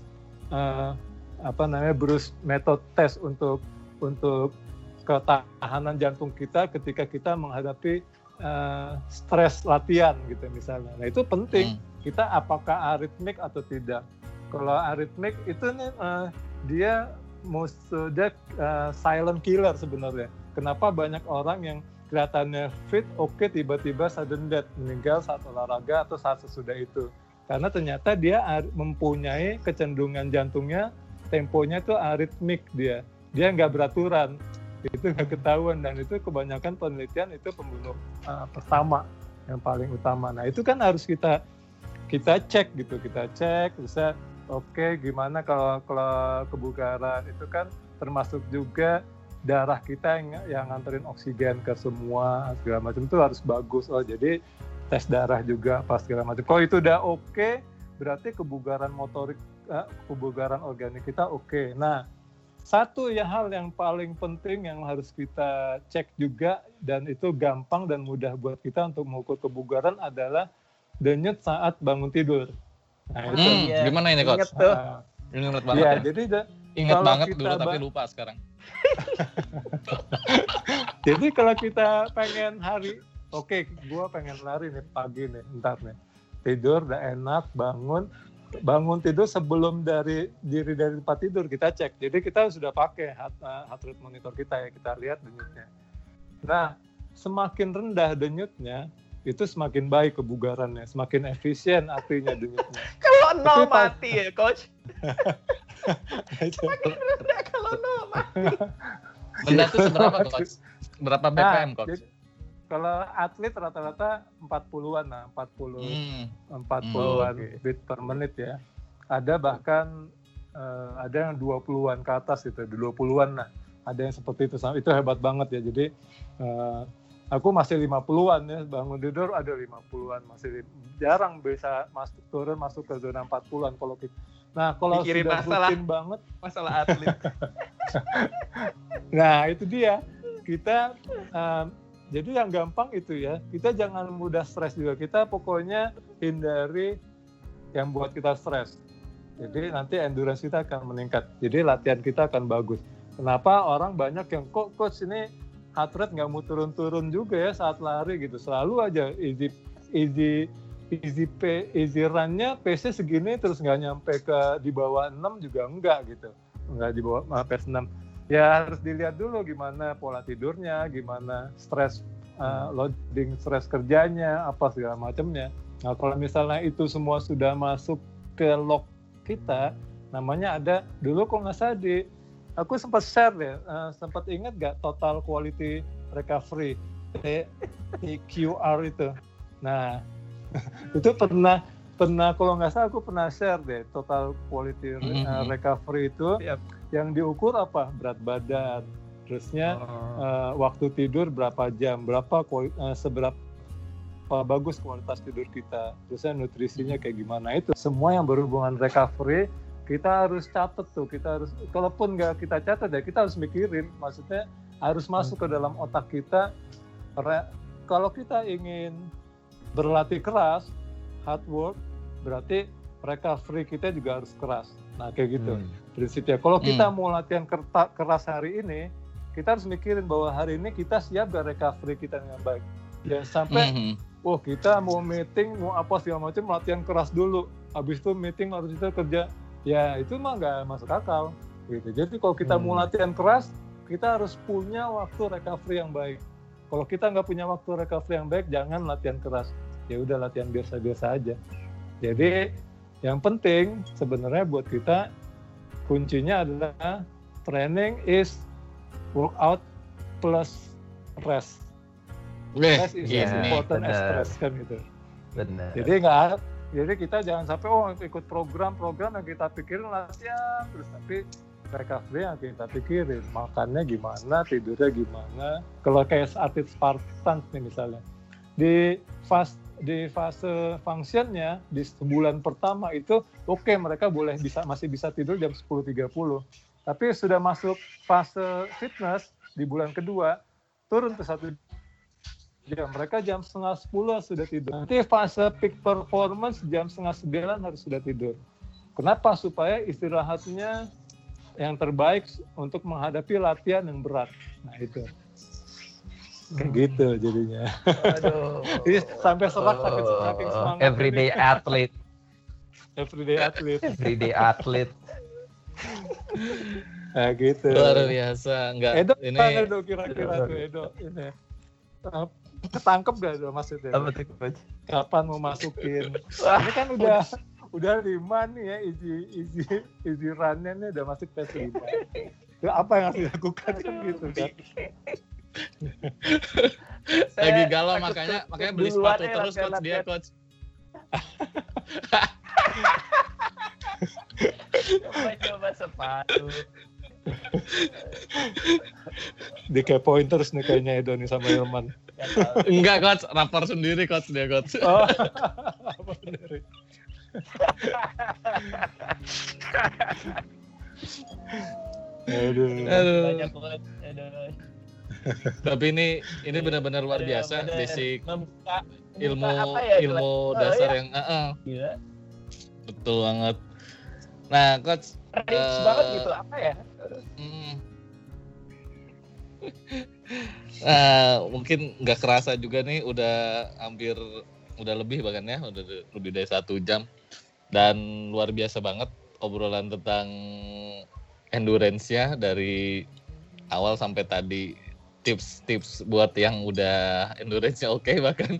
method test untuk ketahanan jantung kita ketika kita menghadapi stres latihan gitu misalnya. Nah itu penting, kita apakah aritmik atau tidak. Kalau aritmik itu nih dia musuhnya silent killer sebenarnya. Kenapa banyak orang yang kelihatannya fit, tiba-tiba sudden death, meninggal saat olahraga atau saat sesudah itu. Karena ternyata dia mempunyai kecenderungan jantungnya, temponya itu aritmik dia nggak beraturan. Itu nggak ketahuan, dan itu kebanyakan penelitian itu pembunuh pertama yang paling utama. Nah itu kan harus kita cek gitu, bisa gimana kalau kebugaran itu kan termasuk juga darah kita yang nganterin oksigen ke semua segala macam itu harus bagus. Jadi tes darah juga pas segala macam. Kalau itu udah berarti kebugaran motorik, kebugaran organik kita Nah, satu hal yang paling penting yang harus kita cek juga, dan itu gampang dan mudah buat kita untuk mengukur kebugaran adalah denyut saat bangun tidur. Nah, itu gimana ini, Coach? Ingat banget ya? Jadi ingat banget dulu tapi lupa sekarang. Jadi kalau kita pengen gue pengen lari nih pagi nih, ntar nih. Tidur udah enak, bangun tidur sebelum dari tempat tidur kita cek. Jadi kita sudah pakai heart rate monitor kita ya, kita lihat denyutnya. Nah, semakin rendah denyutnya, itu semakin baik kebugarannya, semakin efisien artinya denyutnya. Kalau 0 mati ya, Coach. Semakin rendah kalau 0 mati. Rendah itu seberapa, Coach? Berapa BPM, Coach? Jadi, kalau atlet rata-rata 40-an lah, 40-an beat per menit ya. Ada bahkan ada yang 20-an ke atas gitu, 20-an lah. Ada yang seperti itu, itu hebat banget ya. Jadi aku masih 50-an ya, bangun tidur ada 50-an, masih jarang bisa masuk ke zona 40-an kalau kita. Nah, kalau sudah rutin banget masalah atlet. Nah, itu dia. Kita jadi yang gampang itu ya, kita jangan mudah stres juga. Kita pokoknya hindari yang buat kita stres. Jadi nanti endurance kita akan meningkat. Jadi latihan kita akan bagus. Kenapa orang banyak yang coach ini heart rate nggak mau turun-turun juga ya saat lari gitu. Selalu aja easy run-nya pace-nya segini terus nggak nyampe di bawah 6 juga enggak gitu. Enggak di bawah pace 6. Ya harus dilihat dulu gimana pola tidurnya, gimana stres, loading stres kerjanya, apa segala macamnya. Nah kalau misalnya itu semua sudah masuk ke log kita, namanya ada, dulu kok nggak salah aku sempat share deh, sempat ingat nggak total quality recovery, TQR itu. Nah itu pernah kalau nggak salah aku pernah share deh total quality recovery itu. Yang diukur apa? Berat badan, terusnya waktu tidur berapa jam, seberapa bagus kualitas tidur kita, terusnya nutrisinya kayak gimana, itu semua yang berhubungan recovery kita harus catat tuh, kita harus, kalaupun nggak kita catat ya kita harus mikirin, maksudnya harus masuk ke dalam otak kita. Kalau kita ingin berlatih keras, hard work, berarti recovery kita juga harus keras. Nah kayak gitu prinsipnya. Kalau kita mau latihan keras hari ini, kita harus mikirin bahwa hari ini kita siap gak recovery kita dengan baik. Jangan sampai kita mau meeting, mau apa segala macam, latihan keras dulu, habis itu meeting, habis itu kerja, ya itu mah nggak masuk akal gitu. Jadi kalau kita mau latihan keras, kita harus punya waktu recovery yang baik. Kalau kita nggak punya waktu recovery yang baik, jangan latihan keras, ya udah latihan biasa-biasa aja. Jadi yang penting sebenarnya buat kita, kuncinya adalah training is workout plus rest. Rest is as important as stress, kan gitu. Benar. Jadi kita jangan sampai ikut program-program yang kita pikirin latihan terus, tapi recovery yang kita pikirin, makannya gimana, tidurnya gimana. Kalau kayak atlet Spartan nih misalnya, di fase functionnya di sebulan pertama itu mereka masih bisa tidur jam 10.30. Tapi sudah masuk fase fitness di bulan kedua, turun ke 1 jam. Mereka jam 9:30 sudah tidur. Nanti fase peak performance jam 8:30 harus sudah tidur. Kenapa? Supaya istirahatnya yang terbaik untuk menghadapi latihan yang berat. Nah itu. Kayak gitu jadinya. Aduh. Jadi sampai saking semangat. Everyday athlete. Everyday athlete. Nah gitu. Luar biasa. Enggak. Edo kira-kira tuh Edo ini. Ketangkep gak tuh maksudnya? Apa tuh, Coach? Kapan mau masukin? Ini kan udah 5 nih ya, easy run-nya nih udah masuk phase 5. Itu apa yang harus dilakukan kan gitu kan? Lagi galau makanya beli sepatu terus coach dia coach. Coba sepatu. Dikepoin terus nih kayaknya Edo nih sama Hilman. Enggak coach, rapor sendiri coach dia coach. Oh, rapor sendiri. Aduh. Banyak banget. Tapi ini benar-benar luar biasa, basic ilmu dasar yang Gila. Betul banget. Nah, coach banget gitu, apa ya? Mungkin nggak kerasa juga nih udah lebih bahkan ya, udah lebih dari 1 jam, dan luar biasa banget obrolan tentang endurance-nya dari awal sampai tadi, tips-tips buat yang udah endurance-nya oke bahkan.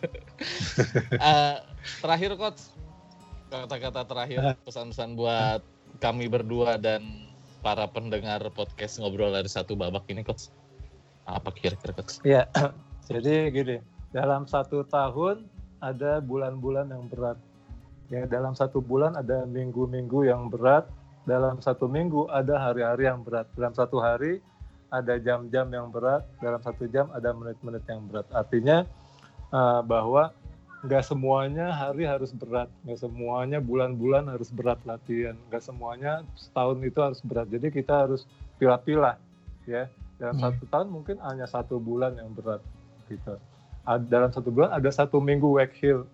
Terakhir coach, kata-kata terakhir, pesan-pesan buat kami berdua dan para pendengar podcast Ngobrol dari Satu Babak ini coach, apa kira-kira coach? Iya, jadi gini, dalam 1 tahun ada bulan-bulan yang berat. Ya, dalam 1 bulan ada minggu-minggu yang berat, dalam 1 minggu ada hari-hari yang berat, dalam 1 hari ada jam-jam yang berat, dalam 1 jam ada menit-menit yang berat. Artinya bahwa nggak semuanya hari harus berat, nggak semuanya bulan-bulan harus berat latihan, nggak semuanya setahun itu harus berat. Jadi kita harus pilah-pilah, ya. Dalam 1 tahun mungkin hanya 1 bulan yang berat, gitu. Dalam 1 bulan ada 1 minggu week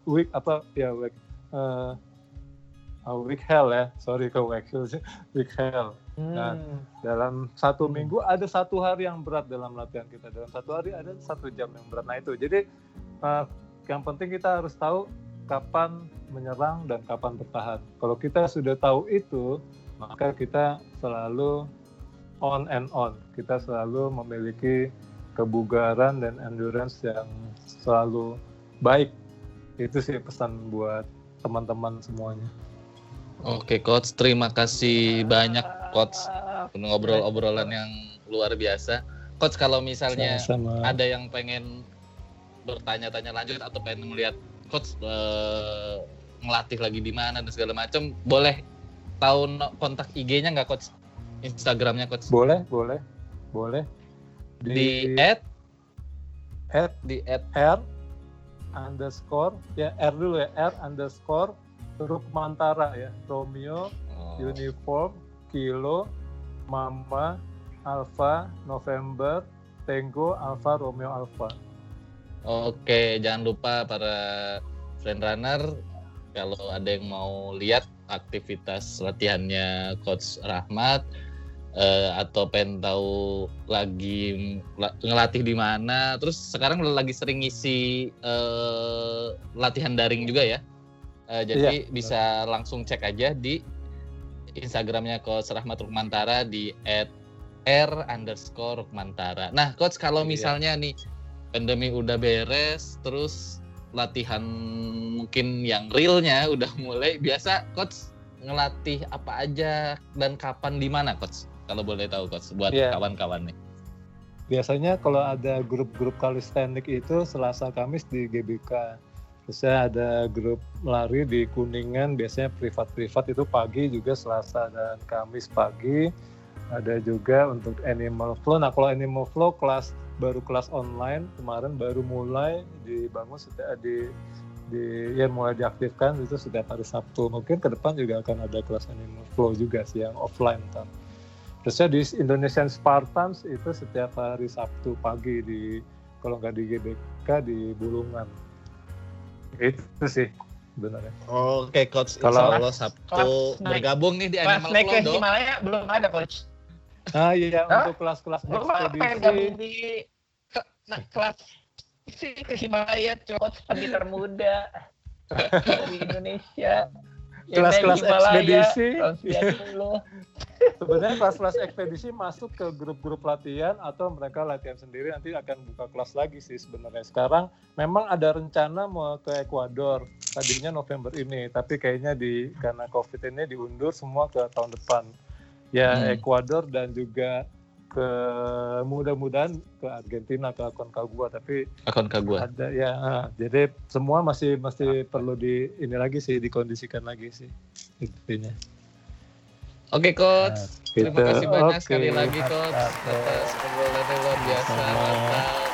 hell ya, sorry ke week hell. Nah, dalam 1 minggu ada 1 hari yang berat dalam latihan kita. Dalam 1 hari ada 1 jam yang berat. Nah itu, jadi yang penting kita harus tahu kapan menyerang dan kapan bertahan. Kalau kita sudah tahu itu, maka kita selalu on and on. Kita selalu memiliki kebugaran dan endurance yang selalu baik. Itu sih pesan buat teman-teman semuanya. Oke coach, terima kasih banyak coach untuk ngobrol-obrolan yang luar biasa. Coach, kalau misalnya sama-sama ada yang pengen bertanya-tanya lanjut atau pengen melihat coach ngelatih lagi di mana dan segala macam, boleh tahu kontak IG-nya nggak coach? Instagramnya coach? Boleh. Di underscore ya R dulu ya, R underscore Rukmantara ya, Romeo Uniform Kilo Mama Alpha November Tango Alpha Romeo Alpha. Oke, jangan lupa para friend runner, kalau ada yang mau lihat aktivitas latihannya Coach Rahmat, atau pengen tahu lagi ngelatih di mana, terus sekarang lagi sering ngisi latihan daring juga ya, jadi bisa langsung cek aja di Instagramnya Coach Rahmat Rukmantara di @r_rukmantara. Nah Coach, kalau misalnya nih pandemi udah beres, terus latihan mungkin yang realnya udah mulai, biasa Coach ngelatih apa aja dan kapan di mana Coach? Kalau boleh tahu Coach, buat kawan-kawan nih. Biasanya kalau ada grup-grup kalistenik itu Selasa Kamis di GBK. Terusnya ada grup lari di Kuningan, biasanya privat-privat itu pagi juga, Selasa dan Kamis pagi. Ada juga untuk Animal Flow. Nah kalau Animal Flow kelas online kemarin baru mulai dibangun, sudah mulai diaktifkan itu setiap hari Sabtu. Mungkin ke depan juga akan ada kelas Animal Flow juga sih yang offline kan. Terusnya di Indonesian Spartans itu setiap hari Sabtu pagi kalau nggak di GBK di Bulungan. Itu sih sebenarnya. Oke Coach, insya Allah Sabtu bergabung nih di Animal Flow. Naik ke Himalaya belum ada Coach. Iya, untuk kelas-kelas ekspedisi. Kelas ke Himalaya, Coach, pagi termuda dari Indonesia. Kelas-kelas ekspedisi. Sebenarnya kelas-kelas ekspedisi masuk ke grup-grup latihan atau mereka latihan sendiri, nanti akan buka kelas lagi sih sebenarnya. Sekarang memang ada rencana mau ke Ekuador, tadinya November ini, tapi kayaknya karena COVID ini diundur semua ke tahun depan. Ya Ekuador dan juga ke mudah-mudahan ke Argentina, ke Aconcagua, tapi Aconcagua ada ya, jadi semua masih perlu dikondisikan lagi sih intinya. Oke Coach, terima kasih banyak sekali lagi Coach atas obrolannya luar biasa. Mantap.